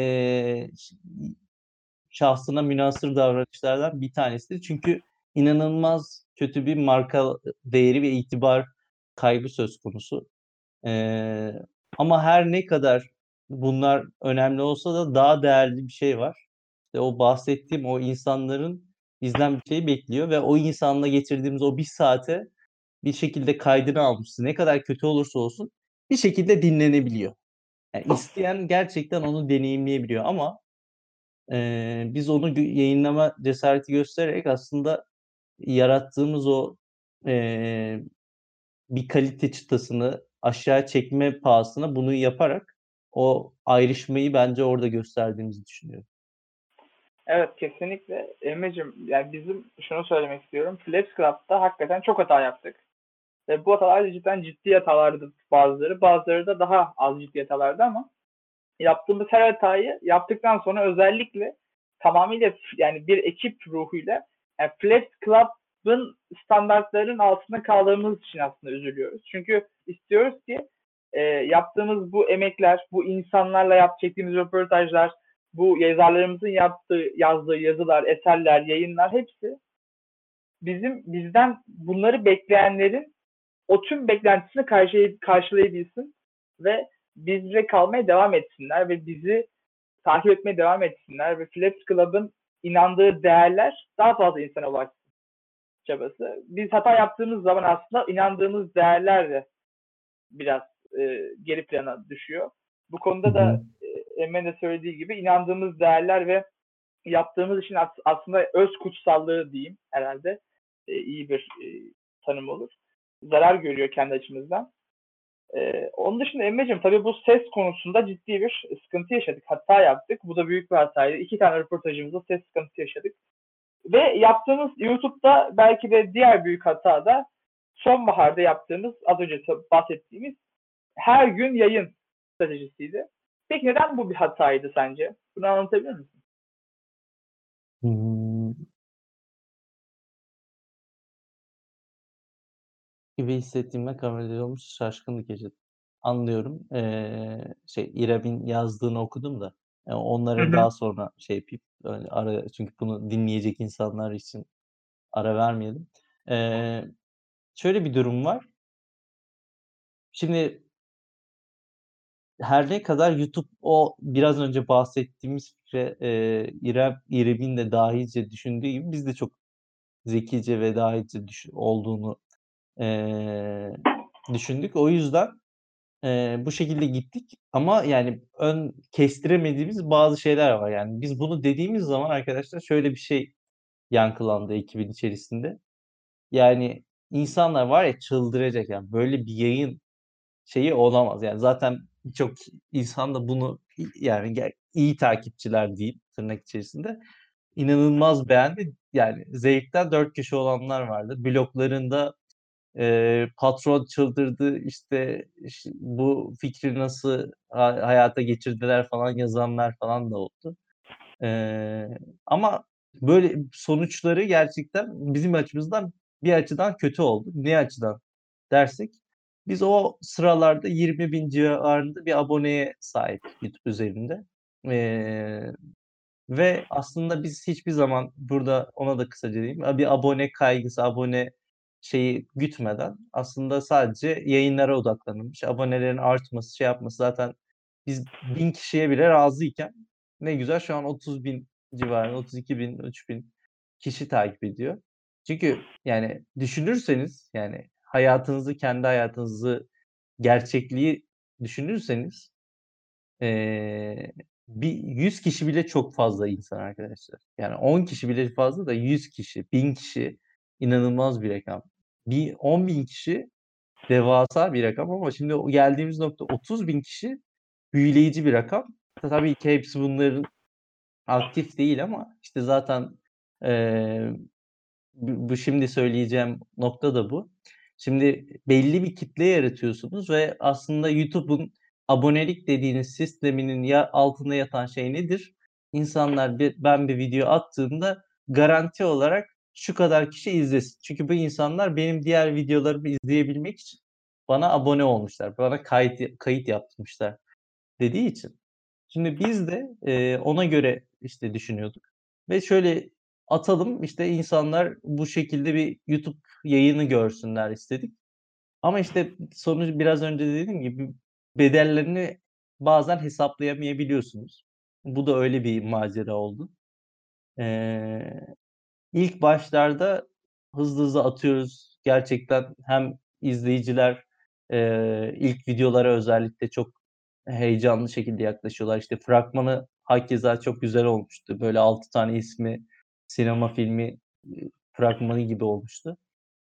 şahsına münhasır davranışlardan bir tanesidir. Çünkü inanılmaz kötü bir marka değeri ve itibar kaybı söz konusu. Ama her ne kadar bunlar önemli olsa da daha değerli bir şey var. İşte o bahsettiğim o insanların bizden bir şey bekliyor ve o insanla geçirdiğimiz o 1 saate bir şekilde kaydını almışız. Ne kadar kötü olursa olsun bir şekilde dinlenebiliyor. Yani isteyen gerçekten onu deneyimleyebiliyor ama biz onu yayınlama cesareti göstererek aslında yarattığımız o eee, bir kalite çıtasını aşağı çekme pahasına bunu yaparak o ayrışmayı bence orada gösterdiğimizi düşünüyorum. Evet, kesinlikle. Emre'cim, yani bizim şunu söylemek istiyorum. Flaps Club'da hakikaten çok hata yaptık. Ve bu hatalar cidden ciddi hatalardı bazıları. Bazıları da daha az ciddi hatalardı ama yaptığımız her hatayı yaptıktan sonra özellikle tamamıyla yani bir ekip ruhuyla yani Flaps Club'ın standartlarının altında kaldığımız için aslında üzülüyoruz. Çünkü istiyoruz ki yaptığımız bu emekler, bu insanlarla çektiğimiz röportajlar, bu yazarlarımızın yazdığı yazılar, eserler, yayınlar hepsi bizden bunları bekleyenlerin o tüm beklentisini karşılayabilsin ve bizle kalmaya devam etsinler ve bizi takip etmeye devam etsinler ve Flaps Club'ın inandığı değerler daha fazla insana ulaşsın çabası. Biz hata yaptığımız zaman aslında inandığımız değerler de biraz geri plana düşüyor. Bu Hı konuda hı. da Emre'nin de söylediği gibi inandığımız değerler ve yaptığımız işin aslında öz kutsallığı diyeyim herhalde iyi bir tanım olur. Zarar görüyor kendi açımızdan. Onun dışında Emre'cim tabii bu ses konusunda ciddi bir sıkıntı yaşadık. Hata yaptık. Bu da büyük bir hataydı. 2 tane röportajımızda ses sıkıntısı yaşadık. Ve yaptığımız YouTube'da belki de diğer büyük hata da sonbaharda yaptığımız az önce bahsettiğimiz her gün yayın stratejisiydi. Peki neden bu bir hataydı sence? Bunu anlatabilir misin? Hımm, gibi hissettiğimde kamerada olmuş şaşkınlık yaşadım. Anlıyorum. İrem'in yazdığını okudum da, Hı onları hı. daha sonra şey yapayım, ara çünkü bunu dinleyecek insanlar için ara vermeyelim. Eee, Şöyle bir durum var. Şimdi her ne kadar YouTube o biraz önce bahsettiğimiz fikre, İrem'in de dahice düşündüğü gibi biz de çok zekice ve dahice olduğunu, eee, düşündük. O yüzden, bu şekilde gittik ama yani kestiremediğimiz bazı şeyler var. Yani biz bunu dediğimiz zaman arkadaşlar şöyle bir şey yankılandı ekibin içerisinde. Yani insanlar var ya çıldıracak yani böyle bir yayın şeyi olamaz. Yani zaten birçok insan da bunu yani iyi takipçiler diyeyim tırnak içerisinde inanılmaz beğendi. Yani zevkten 4 köşe olanlar vardı. Bloglarında patron çıldırdı işte bu fikri nasıl hayata geçirdiler falan yazanlar falan da oldu. Ama böyle sonuçları gerçekten bizim açımızdan bir açıdan kötü oldu. Ne açıdan dersek, biz o sıralarda 20.000 civarında bir aboneye sahiptik YouTube üzerinde. Eee, Ve aslında biz hiçbir zaman burada ona da kısaca değineyim, bir abone kaygısı, abone şeyi gütmeden aslında sadece yayınlara odaklanılmış. Abonelerin artması, şey yapması zaten biz 1000 kişiye bile razıyken ne güzel şu an 30.000 civarında, 32.000, 3.000 kişi takip ediyor. Çünkü yani düşünürseniz yani hayatınızı, kendi hayatınızı, gerçekliği düşünürseniz bir 100 kişi bile çok fazla insan arkadaşlar. Yani 10 kişi bile fazla da 100 kişi, 1000 kişi inanılmaz bir rakam. 10.000 kişi devasa bir rakam ama şimdi o geldiğimiz nokta 30.000 kişi büyüleyici bir rakam. Tabii ki hepsi bunların aktif değil ama işte zaten eee, bu şimdi söyleyeceğim nokta da bu. Şimdi belli bir kitle yaratıyorsunuz ve aslında YouTube'un abonelik dediğiniz sisteminin ya altında yatan şey nedir? İnsanlar ben bir video attığımda garanti olarak şu kadar kişi izlesin. Çünkü bu insanlar benim diğer videolarımı izleyebilmek için bana abone olmuşlar. Bana kayıt yaptırmışlar dediği için. Şimdi biz de ona göre işte düşünüyorduk ve şöyle atalım işte insanlar bu şekilde bir YouTube yayını görsünler istedik. Ama işte sonuç biraz önce dediğim gibi bedellerini bazen hesaplayamayabiliyorsunuz. Bu da öyle bir macera oldu. Eee İlk başlarda hızlı hızlı atıyoruz. Gerçekten hem izleyiciler ilk videolara özellikle çok heyecanlı şekilde yaklaşıyorlar. İşte fragmanı hakeza çok güzel olmuştu. Böyle 6 tane ismi sinema filmi fragmanı gibi olmuştu.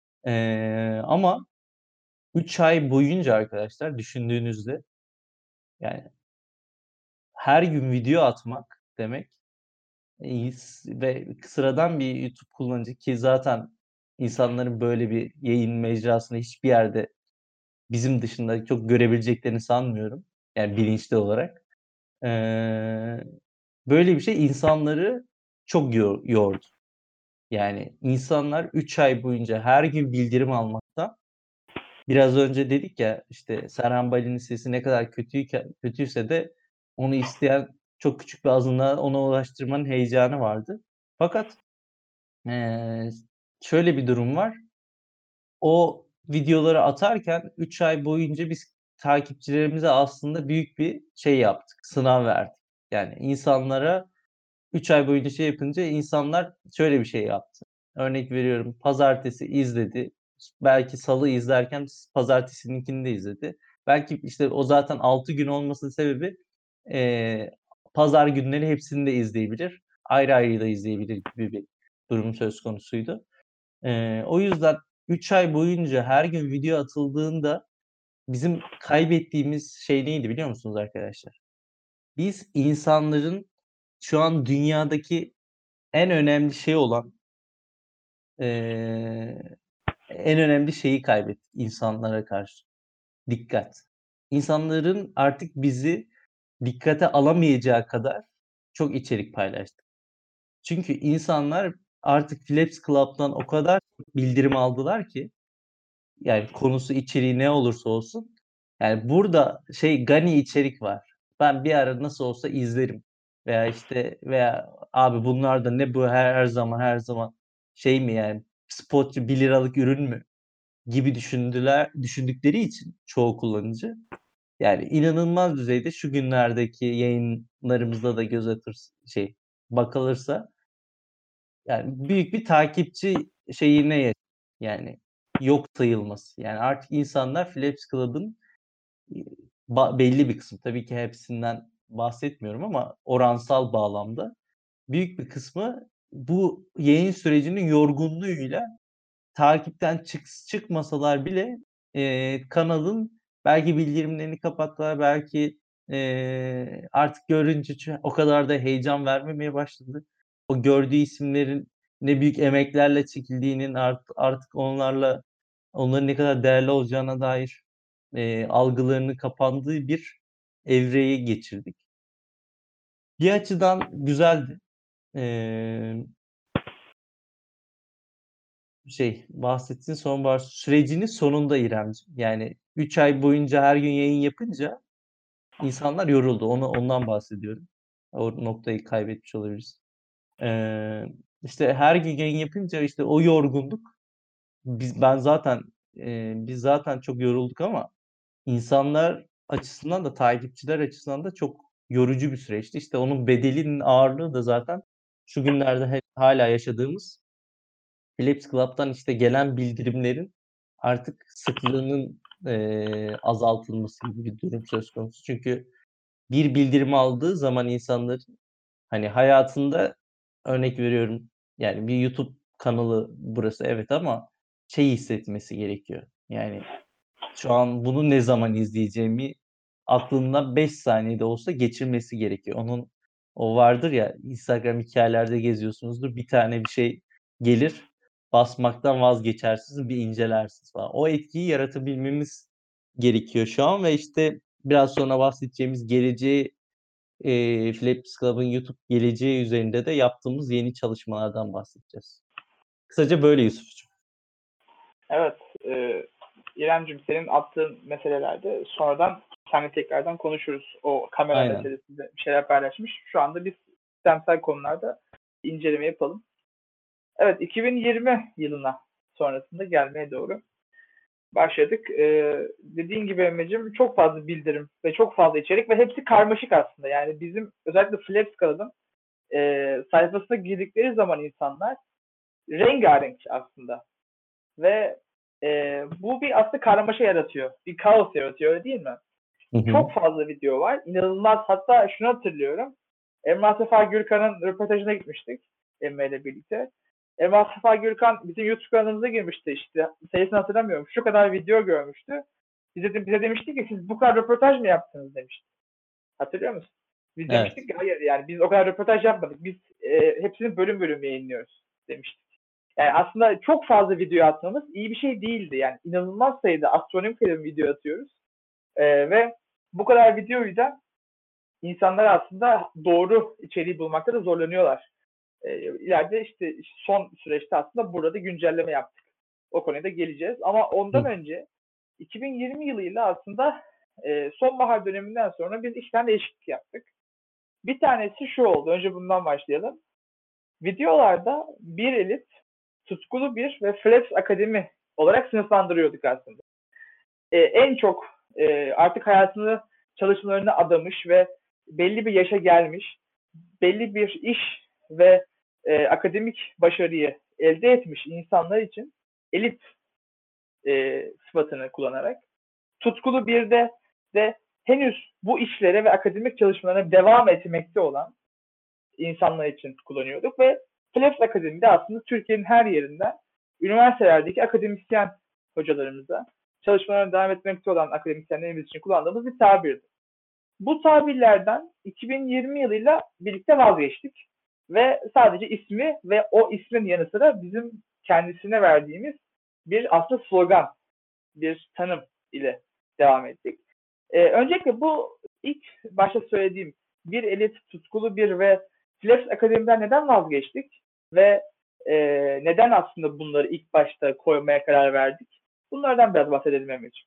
Ama 3 ay boyunca arkadaşlar düşündüğünüzde yani her gün video atmak demek ve sıradan bir YouTube kullanıcı ki zaten insanların böyle bir yayın mecrasını hiçbir yerde bizim dışında çok görebileceklerini sanmıyorum. Yani bilinçli olarak. Eee, Böyle bir şey insanları çok yordu. Yani insanlar 3 ay boyunca her gün bildirim almaktan biraz önce dedik ya işte Serhan Bali'nin sesi ne kadar kötüyse de onu isteyen çok küçük bir azınlığa ona ulaştırmanın heyecanı vardı. Fakat Eee, şöyle bir durum var. O videoları atarken 3 ay boyunca biz takipçilerimize aslında büyük bir şey yaptık, sınav verdik. Yani insanlara 3 ay boyunca şey yapınca insanlar şöyle bir şey yaptı. Örnek veriyorum, pazartesi izledi. Belki salı izlerken pazartesininkini de izledi. Belki işte o zaten 6 gün olmasının sebebi eee, pazar günleri hepsini de izleyebilir. Ayrı ayrı da izleyebilir gibi bir durum söz konusuydu. O yüzden 3 ay boyunca her gün video atıldığında bizim kaybettiğimiz şey neydi biliyor musunuz arkadaşlar? Biz insanların şu an dünyadaki en önemli şey olan, eee, en önemli şeyi kaybettik insanlara karşı. Dikkat. İnsanların artık bizi dikkate alamayacağı kadar çok içerik paylaştık. Çünkü insanlar artık Flaps Club'dan o kadar çok bildirim aldılar ki yani konusu, içeriği ne olursa olsun. Yani burada şey gani içerik var. Ben bir ara nasıl olsa izlerim. Veya işte veya abi bunlar da ne bu her zaman şey mi yani spotçu 1 liralık ürün mü gibi düşündükleri için çoğu kullanıcı yani inanılmaz düzeyde şu günlerdeki yayınlarımızda da bakılırsa yani büyük bir takipçi yani yok sayılması. Yani artık insanlar Flaps Club'ın belli bir kısmı, tabii ki hepsinden bahsetmiyorum ama oransal bağlamda büyük bir kısmı bu yayın sürecinin yorgunluğuyla takipten çıkmasalar bile kanalın belki bildirimlerini kapattılar, belki artık görünce o kadar da heyecan vermemeye başladı. O gördüğü isimlerin ne büyük emeklerle çekildiğinin artık onların ne kadar değerli olacağına dair algılarının kapandığı bir evreye geçirdik. Bir açıdan güzeldi. Eee bahsettiğin sonbahar sürecinin sonunda İremciğim. Yani 3 ay boyunca her gün yayın yapınca insanlar yoruldu. Ondan bahsediyorum. O noktayı kaybetmiş olabiliriz. İşte her gün yayın yapınca işte o yorgunluk biz zaten çok yorulduk ama insanlar açısından da takipçiler açısından da çok yorucu bir süreçti. İşte onun bedelinin ağırlığı da zaten şu günlerde hala yaşadığımız Philips Club'dan işte gelen bildirimlerin artık sıklığının azaltılması gibi bir durum söz konusu. Çünkü bir bildirim aldığı zaman insanların hani hayatında örnek veriyorum yani bir YouTube kanalı burası evet ama hissetmesi gerekiyor. Yani şu an bunu ne zaman izleyeceğimi aklından 5 saniyede olsa geçirmesi gerekiyor. O vardır ya Instagram hikayelerde geziyorsunuzdur. Bir tane bir şey gelir, basmaktan vazgeçersiniz, bir incelersiniz falan. O etkiyi yaratabilmemiz gerekiyor şu an ve işte biraz sonra bahsedeceğimiz geleceği Flaps Club'ın YouTube geleceği üzerinde de yaptığımız yeni çalışmalardan bahsedeceğiz. Kısaca böyle Yusuf'cuğum. Evet, İremciğim senin attığın meselelerde sonradan seninle tekrardan konuşuruz. O kamera Aynen. meselesinde bir şeyler paylaşmış. Şu anda biz sistemsel konularda inceleme yapalım. Evet, 2020 yılına sonrasında gelmeye doğru başladık. Dediğin gibi Emre'cim çok fazla bildirim ve çok fazla içerik ve hepsi karmaşık aslında. Yani bizim özellikle Flaps kanalın sayfasına girdikleri zaman insanlar rengarenk aslında. Ve bu bir aslında karmaşa yaratıyor. Bir kaos yaratıyor öyle değil mi? Hı hı. Çok fazla video var. İnanılmaz. Hatta şunu hatırlıyorum. Emrah Sefa Gürkan'ın röportajına gitmiştik Emre ile birlikte. Emrah Sefa Gürkan bizim YouTube kanalımıza girmişti işte. Sayısını hatırlamıyorum. Şu kadar video görmüştü. Bize demişti ki siz bu kadar röportaj mı yaptınız demişti. Hatırlıyor musun? Biz Evet. demiştik ki hayır yani biz o kadar röportaj yapmadık. Biz hepsini bölüm bölüm yayınlıyoruz demiştik. Yani aslında çok fazla video atmamız iyi bir şey değildi. Yani inanılmaz sayıda astronomik sayıda video atıyoruz. Ve bu kadar videoyu da insanlar aslında doğru içeriği bulmakta da zorlanıyorlar. İleride işte son süreçte aslında burada da güncelleme yaptık. O konuya da geleceğiz. Ama ondan Hı. önce 2020 yılıyla aslında sonbahar döneminden sonra biz işten değişiklik yaptık. Bir tanesi şu oldu. Önce bundan başlayalım. Videolarda bir elit, tutkulu bir ve Flaps Akademi olarak sınıflandırıyorduk aslında. En çok artık hayatını çalışmalarına adamış ve belli bir yaşa gelmiş, belli bir iş ve akademik başarıyı elde etmiş insanlar için elit sıfatını kullanarak, tutkulu bir de henüz bu işlere ve akademik çalışmalarına devam etmekte olan insanlar için kullanıyorduk ve Flaps Akademi'de aslında Türkiye'nin her yerinden üniversitelerdeki akademisyen hocalarımıza, çalışmalarına devam etmekte olan akademisyenlerimiz için kullandığımız bir tabirdi. Bu tabirlerden 2020 yılıyla birlikte vazgeçtik ve sadece ismi ve o ismin yanı sıra bizim kendisine verdiğimiz bir aslında slogan, bir tanım ile devam ettik. Öncelikle bu ilk başta söylediğim bir elit, tutkulu bir ve Flaps Akademi'den neden vazgeçtik ve neden aslında bunları ilk başta koymaya karar verdik? Bunlardan biraz bahsedelim Emre'ciğim.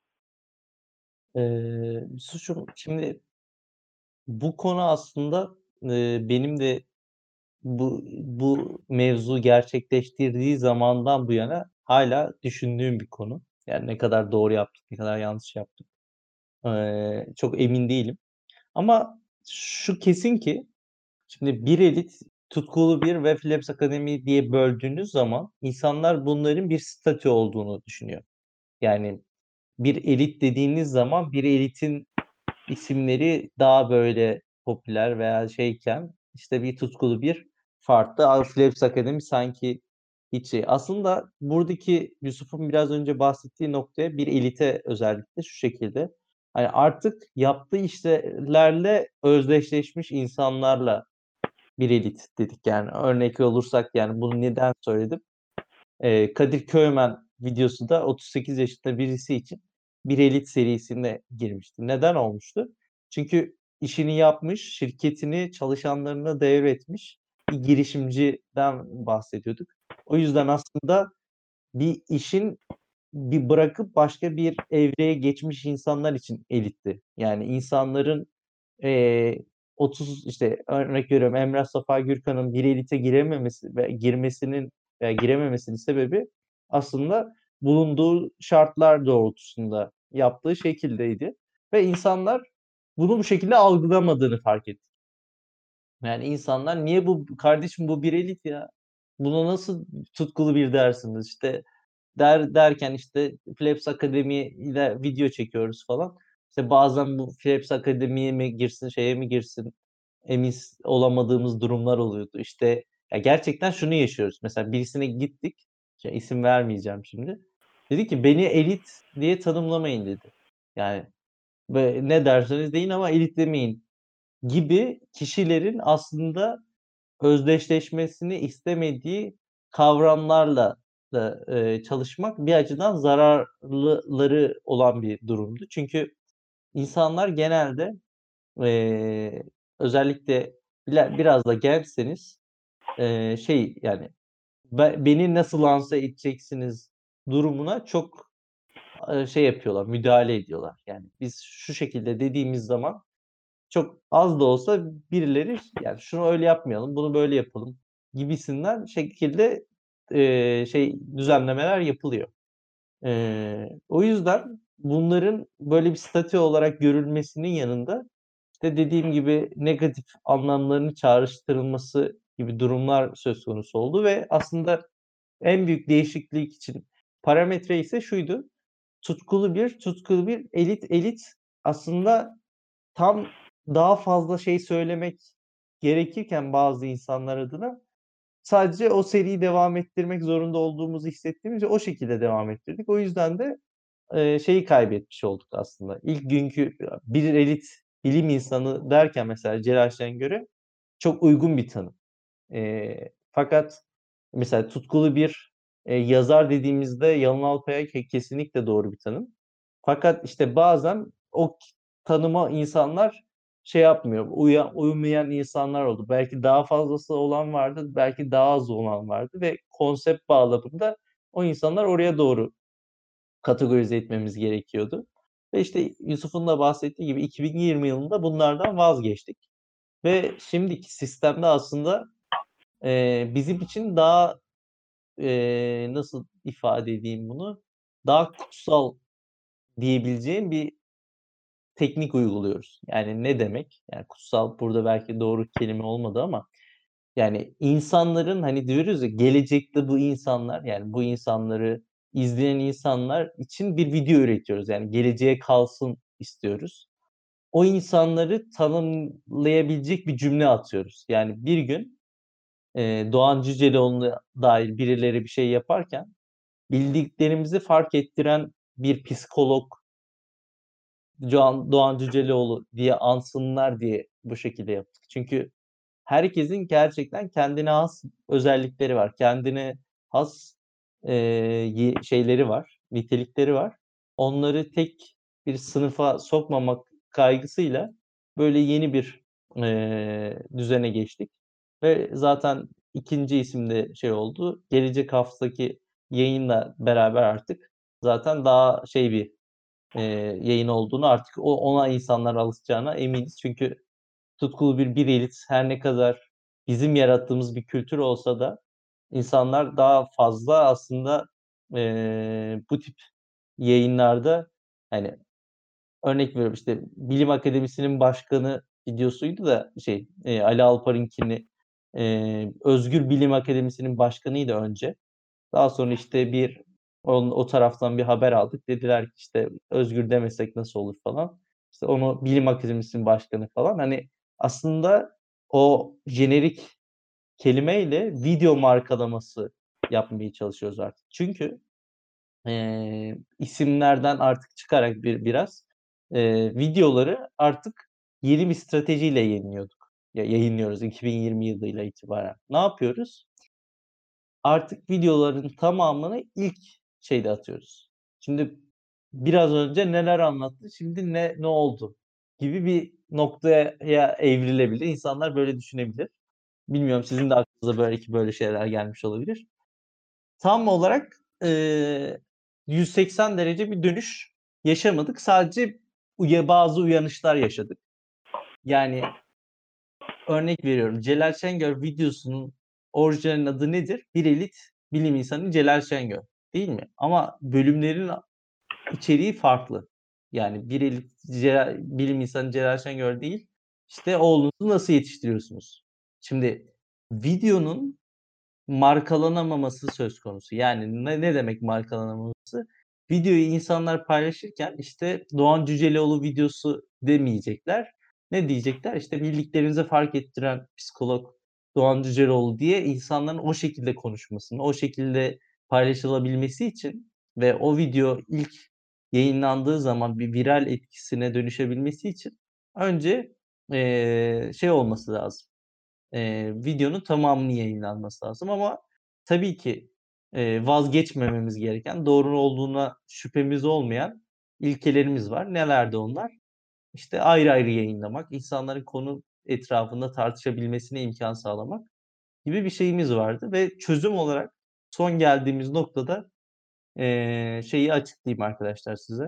Suçum şimdi bu konu aslında benim de bu mevzu gerçekleştirdiği zamandan bu yana hala düşündüğüm bir konu. Yani ne kadar doğru yaptık, ne kadar yanlış yaptık. Çok emin değilim. Ama şu kesin ki şimdi bir elit, tutkulu bir ve Flaps Akademi diye böldüğünüz zaman insanlar bunların bir statü olduğunu düşünüyor. Yani bir elit dediğiniz zaman bir elitin isimleri daha böyle popüler veya şeyken işte bir tutkulu bir farklı. Flaps Akademi sanki hiç şey. Aslında buradaki Yusuf'un biraz önce bahsettiği noktaya bir elite özellikle şu şekilde. Hani artık yaptığı işlerle özdeşleşmiş insanlarla bir elit dedik yani. Örnek olursak yani bunu neden söyledim? Kadir Köymen videosu da 38 yaşında birisi için bir elit serisine girmişti. Neden olmuştu? Çünkü işini yapmış, şirketini çalışanlarına devretmiş bir girişimciden bahsediyorduk. O yüzden aslında bir işin bir bırakıp başka bir evreye geçmiş insanlar için elitti. Yani insanların eee 30 işte örnek veriyorum Emrah Safa Gürkan'ın bir elite girememesi ve girmesinin veya girememesinin sebebi aslında bulunduğu şartlar doğrultusunda yaptığı şekildeydi. Ve insanlar bunu bu şekilde algılamadığını fark etti. Yani insanlar niye kardeşim bu bir elit ya. Buna nasıl tutkulu bir dersiniz? İşte derken işte Philips Akademi ile video çekiyoruz falan. İşte bazen bu Philips Akademi'ye mi girsin, şeye mi girsin emin olamadığımız durumlar oluyordu. İşte ya gerçekten şunu yaşıyoruz. Mesela birisine gittik. İsim vermeyeceğim şimdi. Dedi ki beni elit diye tanımlamayın dedi. Yani ne derseniz deyin ama elit demeyin gibi kişilerin aslında özdeşleşmesini istemediği kavramlarla da çalışmak bir açıdan zararlıları olan bir durumdu. Çünkü insanlar genelde özellikle biraz da gençseniz yani beni nasıl lanse edeceksiniz durumuna çok şey yapıyorlar, müdahale ediyorlar. Yani biz şu şekilde dediğimiz zaman çok az da olsa birileri yani şunu öyle yapmayalım, bunu böyle yapalım gibisinden şekilde düzenlemeler yapılıyor. O yüzden bunların böyle bir statü olarak görülmesinin yanında işte dediğim gibi negatif anlamlarını çağrıştırılması gibi durumlar söz konusu oldu ve aslında en büyük değişiklik için parametre ise şuydu. Tutkulu bir elit aslında tam daha fazla şey söylemek gerekirken bazı insanlar adına sadece o seriyi devam ettirmek zorunda olduğumuzu hissettiğimizce o şekilde devam ettirdik. O yüzden de şeyi kaybetmiş olduk aslında. İlk günkü bir elit bilim insanı derken mesela Celal Şengör'e çok uygun bir tanım. Fakat mesela tutkulu bir yazar dediğimizde Yalın Alpay'a kesinlikle doğru bir tanım. Fakat işte bazen o tanıma insanlar şey yapmıyor, uymayan insanlar oldu. Belki daha fazlası olan vardı, belki daha az olan vardı ve konsept bağlamında o insanlar oraya doğru kategorize etmemiz gerekiyordu. Ve işte Yusuf'un da bahsettiği gibi 2020 yılında bunlardan vazgeçtik. Ve şimdiki sistemde aslında bizim için daha nasıl ifade edeyim bunu? Daha kutsal diyebileceğim bir teknik uyguluyoruz. Yani ne demek? Yani kutsal burada belki doğru kelime olmadı ama yani insanların hani diyoruz ya gelecekte bu insanlar yani bu insanları izleyen insanlar için bir video üretiyoruz. Yani geleceğe kalsın istiyoruz. O insanları tanımlayabilecek bir cümle atıyoruz. Yani bir gün Doğan Cüceloğlu'na dair birileri bir şey yaparken bildiklerimizi fark ettiren bir psikolog Doğan Cüceloğlu diye ansınlar diye bu şekilde yaptık. Çünkü herkesin gerçekten kendine has özellikleri var. Kendine has şeyleri var, nitelikleri var. Onları tek bir sınıfa sokmamak kaygısıyla böyle yeni bir düzene geçtik. Ve zaten ikinci isim de şey oldu. Gelecek haftaki yayınla beraber artık zaten daha şey bir yayın olduğunu artık ona insanlar alışacağına eminiz. Çünkü tutkulu bir bireyiz. Her ne kadar bizim yarattığımız bir kültür olsa da insanlar daha fazla aslında bu tip yayınlarda hani örnek veriyorum işte Bilim Akademisi'nin başkanı videosuydu da Ali Alpar'ınkini Özgür Bilim Akademisi'nin başkanıydı önce. Daha sonra işte o taraftan bir haber aldık. Dediler ki işte özgür demesek nasıl olur falan. İşte onu Bilim Akademisi'nin başkanı falan. Hani aslında o jenerik kelimeyle video markalaması yapmaya çalışıyoruz artık. Çünkü isimlerden artık çıkarak biraz videoları artık yeni bir stratejiyle yayınlıyoruz 2020 yılıyla itibaren. Ne yapıyoruz? Artık videoların tamamını ilk şeyde atıyoruz. Şimdi biraz önce neler anlattı, şimdi ne oldu gibi bir noktaya evrilebilir. İnsanlar böyle düşünebilir. Bilmiyorum sizin de aklınıza belki böyle şeyler gelmiş olabilir. Tam olarak 180 derece bir dönüş yaşamadık. Sadece bazı uyanışlar yaşadık. Yani örnek veriyorum. Celal Şengör videosunun orijinal adı nedir? Bir elit bilim insanı Celal Şengör. değil mi? Ama bölümlerin içeriği farklı. Yani bilim insanı Celal Şengör değil, işte oğlunuzu nasıl yetiştiriyorsunuz? Şimdi videonun markalanamaması söz konusu. Yani ne demek markalanamaması? Videoyu insanlar paylaşırken işte Doğan Cüceloğlu videosu demeyecekler. Ne diyecekler? İşte bildiklerinizi fark ettiren psikolog Doğan Cüceloğlu diye insanların o şekilde konuşmasını, o şekilde paylaşılabilmesi için ve o video ilk yayınlandığı zaman bir viral etkisine dönüşebilmesi için önce şey olması lazım. Videonun tamamının yayınlanması lazım ama tabii ki vazgeçmememiz gereken, doğru olduğuna şüphemiz olmayan ilkelerimiz var. Nelerdi onlar? İşte ayrı ayrı yayınlamak, insanların konu etrafında tartışabilmesine imkan sağlamak gibi bir şeyimiz vardı ve çözüm olarak son geldiğimiz noktada şeyi açıklayayım arkadaşlar size.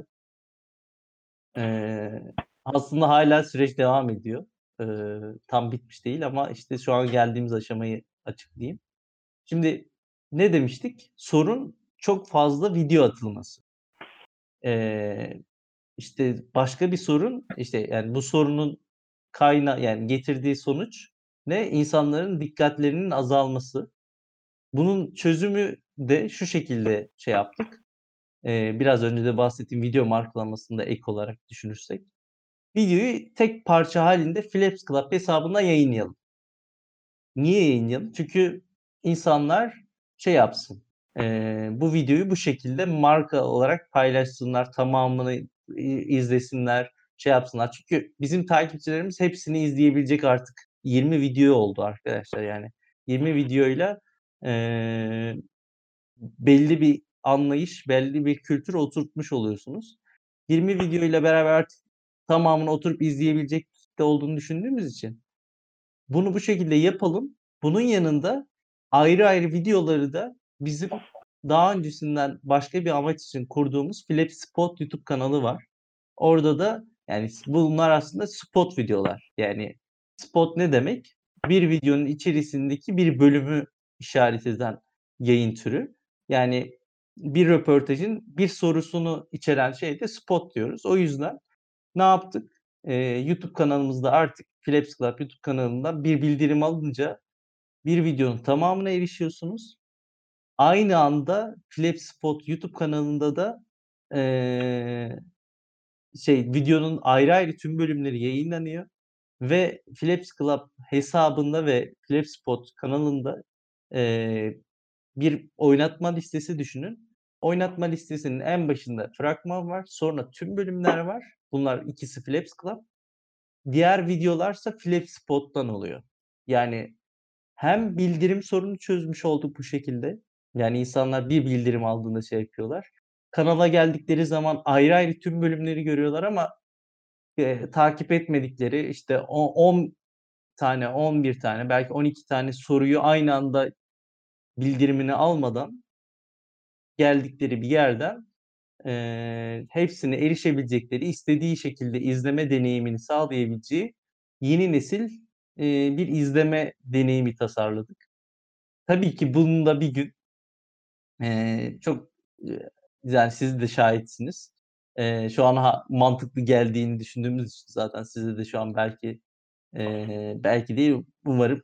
Aslında hâlâ süreç devam ediyor. Tam bitmiş değil ama işte şu an geldiğimiz aşamayı açıklayayım. Şimdi ne demiştik? Sorun çok fazla video atılması. Eee, işte başka bir sorun, işte, yani bu sorunun yani getirdiği sonuç ne? İnsanların dikkatlerinin azalması. Bunun çözümü de şu şekilde şey yaptık. Biraz önce de bahsettiğim video markalanmasını da ek olarak düşünürsek, videoyu tek parça halinde Flaps Club hesabından yayınlayalım. Niye yayınlayalım? Çünkü insanlar şey yapsın, bu videoyu bu şekilde marka olarak paylaşsınlar, tamamını izlesinler, şey yapsınlar. Çünkü bizim takipçilerimiz hepsini izleyebilecek artık 20 video oldu arkadaşlar yani. 20 videoyla eee, belli bir anlayış, belli bir kültür oturtmuş oluyorsunuz. 20 videoyla beraber artık tamamını oturup izleyebilecek kitle olduğunu düşündüğümüz için bunu bu şekilde yapalım. Bunun yanında ayrı ayrı videoları da bizim daha öncesinden başka bir amaç için kurduğumuz Flap Spot YouTube kanalı var. Orada da yani bunlar aslında spot videolar. Yani spot ne demek? Bir videonun içerisindeki bir bölümü işaret eden yayın türü. Yani bir röportajın bir sorusunu içeren şeye de spot diyoruz. O yüzden ne yaptık? YouTube kanalımızda artık Flaps Club YouTube kanalından bir bildirim alınca bir videonun tamamına erişiyorsunuz. Aynı anda Flapspot YouTube kanalında da eee, videonun ayrı ayrı tüm bölümleri yayınlanıyor ve Flaps Club hesabında ve Flapspot kanalında eee, bir oynatma listesi düşünün. Oynatma listesinin en başında fragman var, sonra tüm bölümler var. Bunlar ikisi Flaps Club. Diğer videolarsa Flapspot'tan oluyor. Yani hem bildirim sorunu çözmüş olduk bu şekilde. Yani insanlar bir bildirim aldığında şey yapıyorlar. Kanala geldikleri zaman ayrı ayrı tüm bölümleri görüyorlar ama takip etmedikleri işte 10 tane, 11 tane, belki 12 tane soruyu aynı anda bildirimini almadan geldikleri bir yerden hepsine erişebilecekleri, istediği şekilde izleme deneyimini sağlayabileceği yeni nesil bir izleme deneyimi tasarladık. Tabii ki bunun da bir gün çok yani siz de şahitsiniz. Şu an mantıklı geldiğini düşündüğümüz için zaten size de şu an belki değil, umarım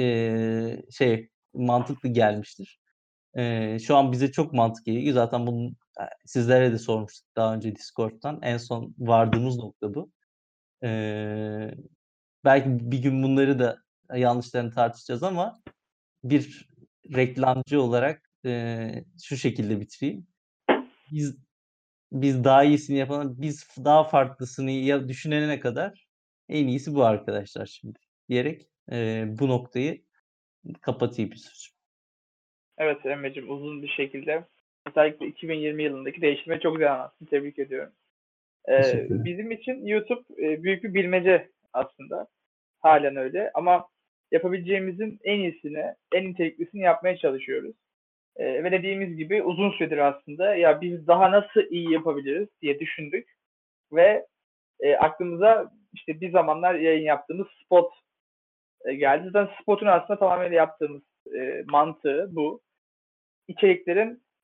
mantıklı gelmiştir. Şu an bize çok mantıklı geliyor. Zaten bunun sizlere de sormuştuk daha önce Discord'dan. En son vardığımız nokta bu. Eee, belki bir gün bunları da yanlışlarını tartışacağız ama bir reklamcı olarak şu şekilde bitireyim. Biz biz daha iyisini yapalım, biz daha farklısını düşünene kadar en iyisi bu arkadaşlar şimdi diyerek bu noktayı kapatayım Yusuf'cum. Evet Emre'cim, uzun bir şekilde özellikle 2020 yılındaki değişimi çok güzel anlattın. Tebrik ediyorum. Teşekkürler. Bizim için YouTube büyük bir bilmece aslında. Halen öyle ama yapabileceğimizin en iyisini, en niteliklisini yapmaya çalışıyoruz. Ve dediğimiz gibi uzun süredir aslında ya biz daha nasıl iyi yapabiliriz diye düşündük ve aklımıza işte bir zamanlar yayın yaptığımız spot geldi. Zaten spotun aslında tamamen yaptığımız mantığı bu. İçeriklerin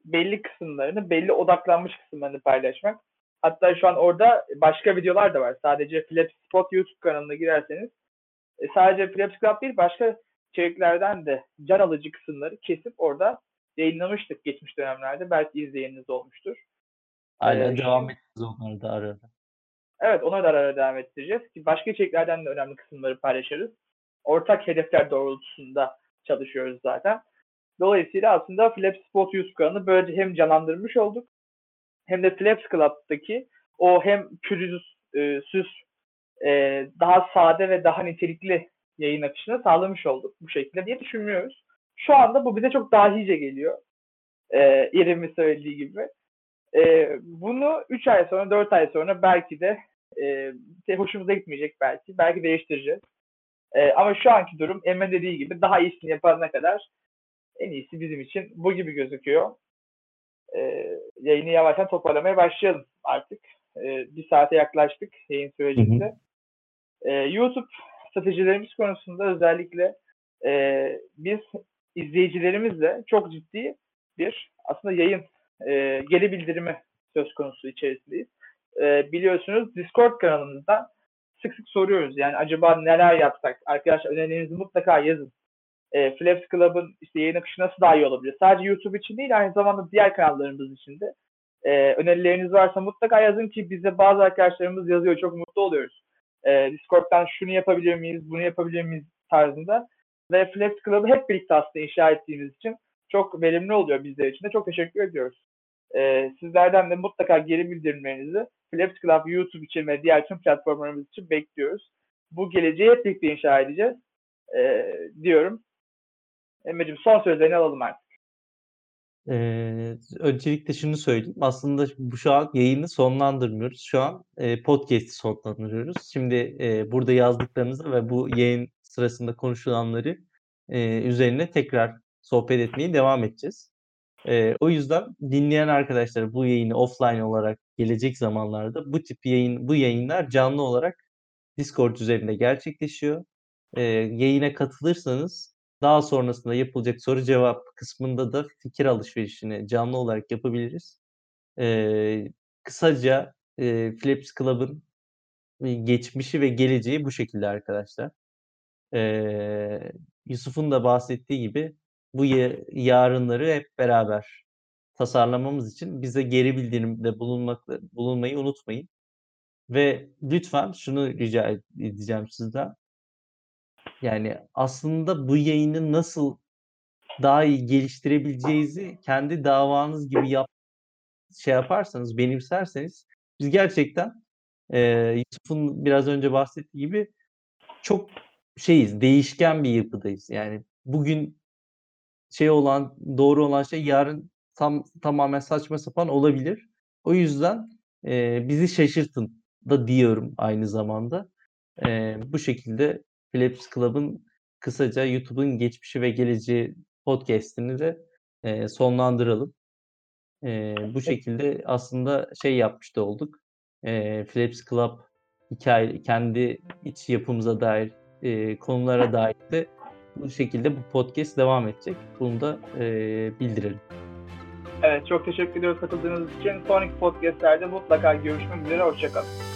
belli kısımlarını, belli odaklanmış kısımlarını paylaşmak. Hatta şu an orada başka videolar da var. Sadece Flaps Spot YouTube kanalına girerseniz sadece Flaps Club değil, başka içeriklerden de can alıcı kısımları kesip orada yayınlamıştık geçmiş dönemlerde. Belki izleyeniniz olmuştur. Hala devam edeceğiz onları da arada. Evet, ona da ara devam ettireceğiz. Ki başka içeriklerden de önemli kısımları paylaşırız. Ortak hedefler doğrultusunda çalışıyoruz zaten. Dolayısıyla aslında Flaps Spot YouTube kanalını böylece hem canlandırmış olduk, hem de Flaps Club'daki o hem pürüzsüz, daha sade ve daha nitelikli yayın akışını sağlamış olduk bu şekilde diye düşünmüyoruz. Şu anda bu bize çok dahice geliyor. İrem'in söylediği gibi. Bunu 3 ay sonra, 4 ay sonra belki de hoşumuza gitmeyecek belki. Belki değiştireceğiz. Ama şu anki durum Emre dediği gibi daha iyisini yapana kadar en iyisi bizim için bu gibi gözüküyor. Yayını yavaştan toparlamaya başlayalım artık. Bir saate yaklaştık yayın sürecinde. YouTube stratejilerimiz konusunda özellikle biz izleyicilerimizle çok ciddi bir aslında yayın geri bildirimi söz konusu içerisindeyiz. Biliyorsunuz Discord kanalımızdan sık sık soruyoruz. Yani acaba neler yapsak? Arkadaşlar önerilerinizi mutlaka yazın. Flaps Club'ın işte yayın akışı nasıl daha iyi olabilir? Sadece YouTube için değil, aynı zamanda diğer kanallarımız için de önerileriniz varsa mutlaka yazın ki bize bazı arkadaşlarımız yazıyor. Çok mutlu oluyoruz. Discord'dan şunu yapabilir miyiz, bunu yapabilir miyiz tarzında. Ve Flaps Club'ı hep birlikte aslında inşa ettiğimiz için çok verimli oluyor bizler için de. Çok teşekkür ediyoruz. Sizlerden de mutlaka geri bildirimlerinizi Flaps Club YouTube için ve diğer tüm platformlarımız için bekliyoruz. Bu geleceği hep birlikte inşa edeceğiz diyorum. Emre'cim son sözlerini alalım artık. Öncelikle şunu söyleyeyim. Aslında şu an yayını sonlandırmıyoruz. Şu an podcast'i sonlandırıyoruz. Şimdi burada yazdıklarınızı ve bu yayın sırasında konuşulanları üzerine tekrar sohbet etmeye devam edeceğiz. O yüzden dinleyen arkadaşlar bu yayını offline olarak gelecek zamanlarda bu yayınlar canlı olarak Discord üzerinde gerçekleşiyor. Yayına katılırsanız daha sonrasında yapılacak soru cevap kısmında da fikir alışverişini canlı olarak yapabiliriz. Kısaca Flaps Club'ın geçmişi ve geleceği bu şekilde arkadaşlar. Yusuf'un da bahsettiği gibi bu yarınları hep beraber tasarlamamız için bize geri bildirimde bulunmayı unutmayın. Ve lütfen şunu rica edeceğim sizden. Yani aslında bu yayını nasıl daha iyi geliştirebileceğinizi kendi davanız gibi yaparsanız, benimserseniz biz gerçekten Yusuf'un biraz önce bahsettiği gibi çok değişken bir yapıdayız. Yani bugün doğru olan şey yarın tamamen saçma sapan olabilir. O yüzden bizi şaşırtın da diyorum aynı zamanda. Bu şekilde Flaps Club'ın kısaca YouTube'un geçmişi ve geleceği podcast'ini de sonlandıralım. Bu şekilde aslında yapmış da olduk. Flaps Club kendi iç yapımıza dair konulara dair de bu şekilde bu podcast devam edecek. Bunu da bildirelim. Evet, çok teşekkür ediyoruz katıldığınız için. Sonraki podcastlerde mutlaka görüşmek üzere. Hoşça kalın.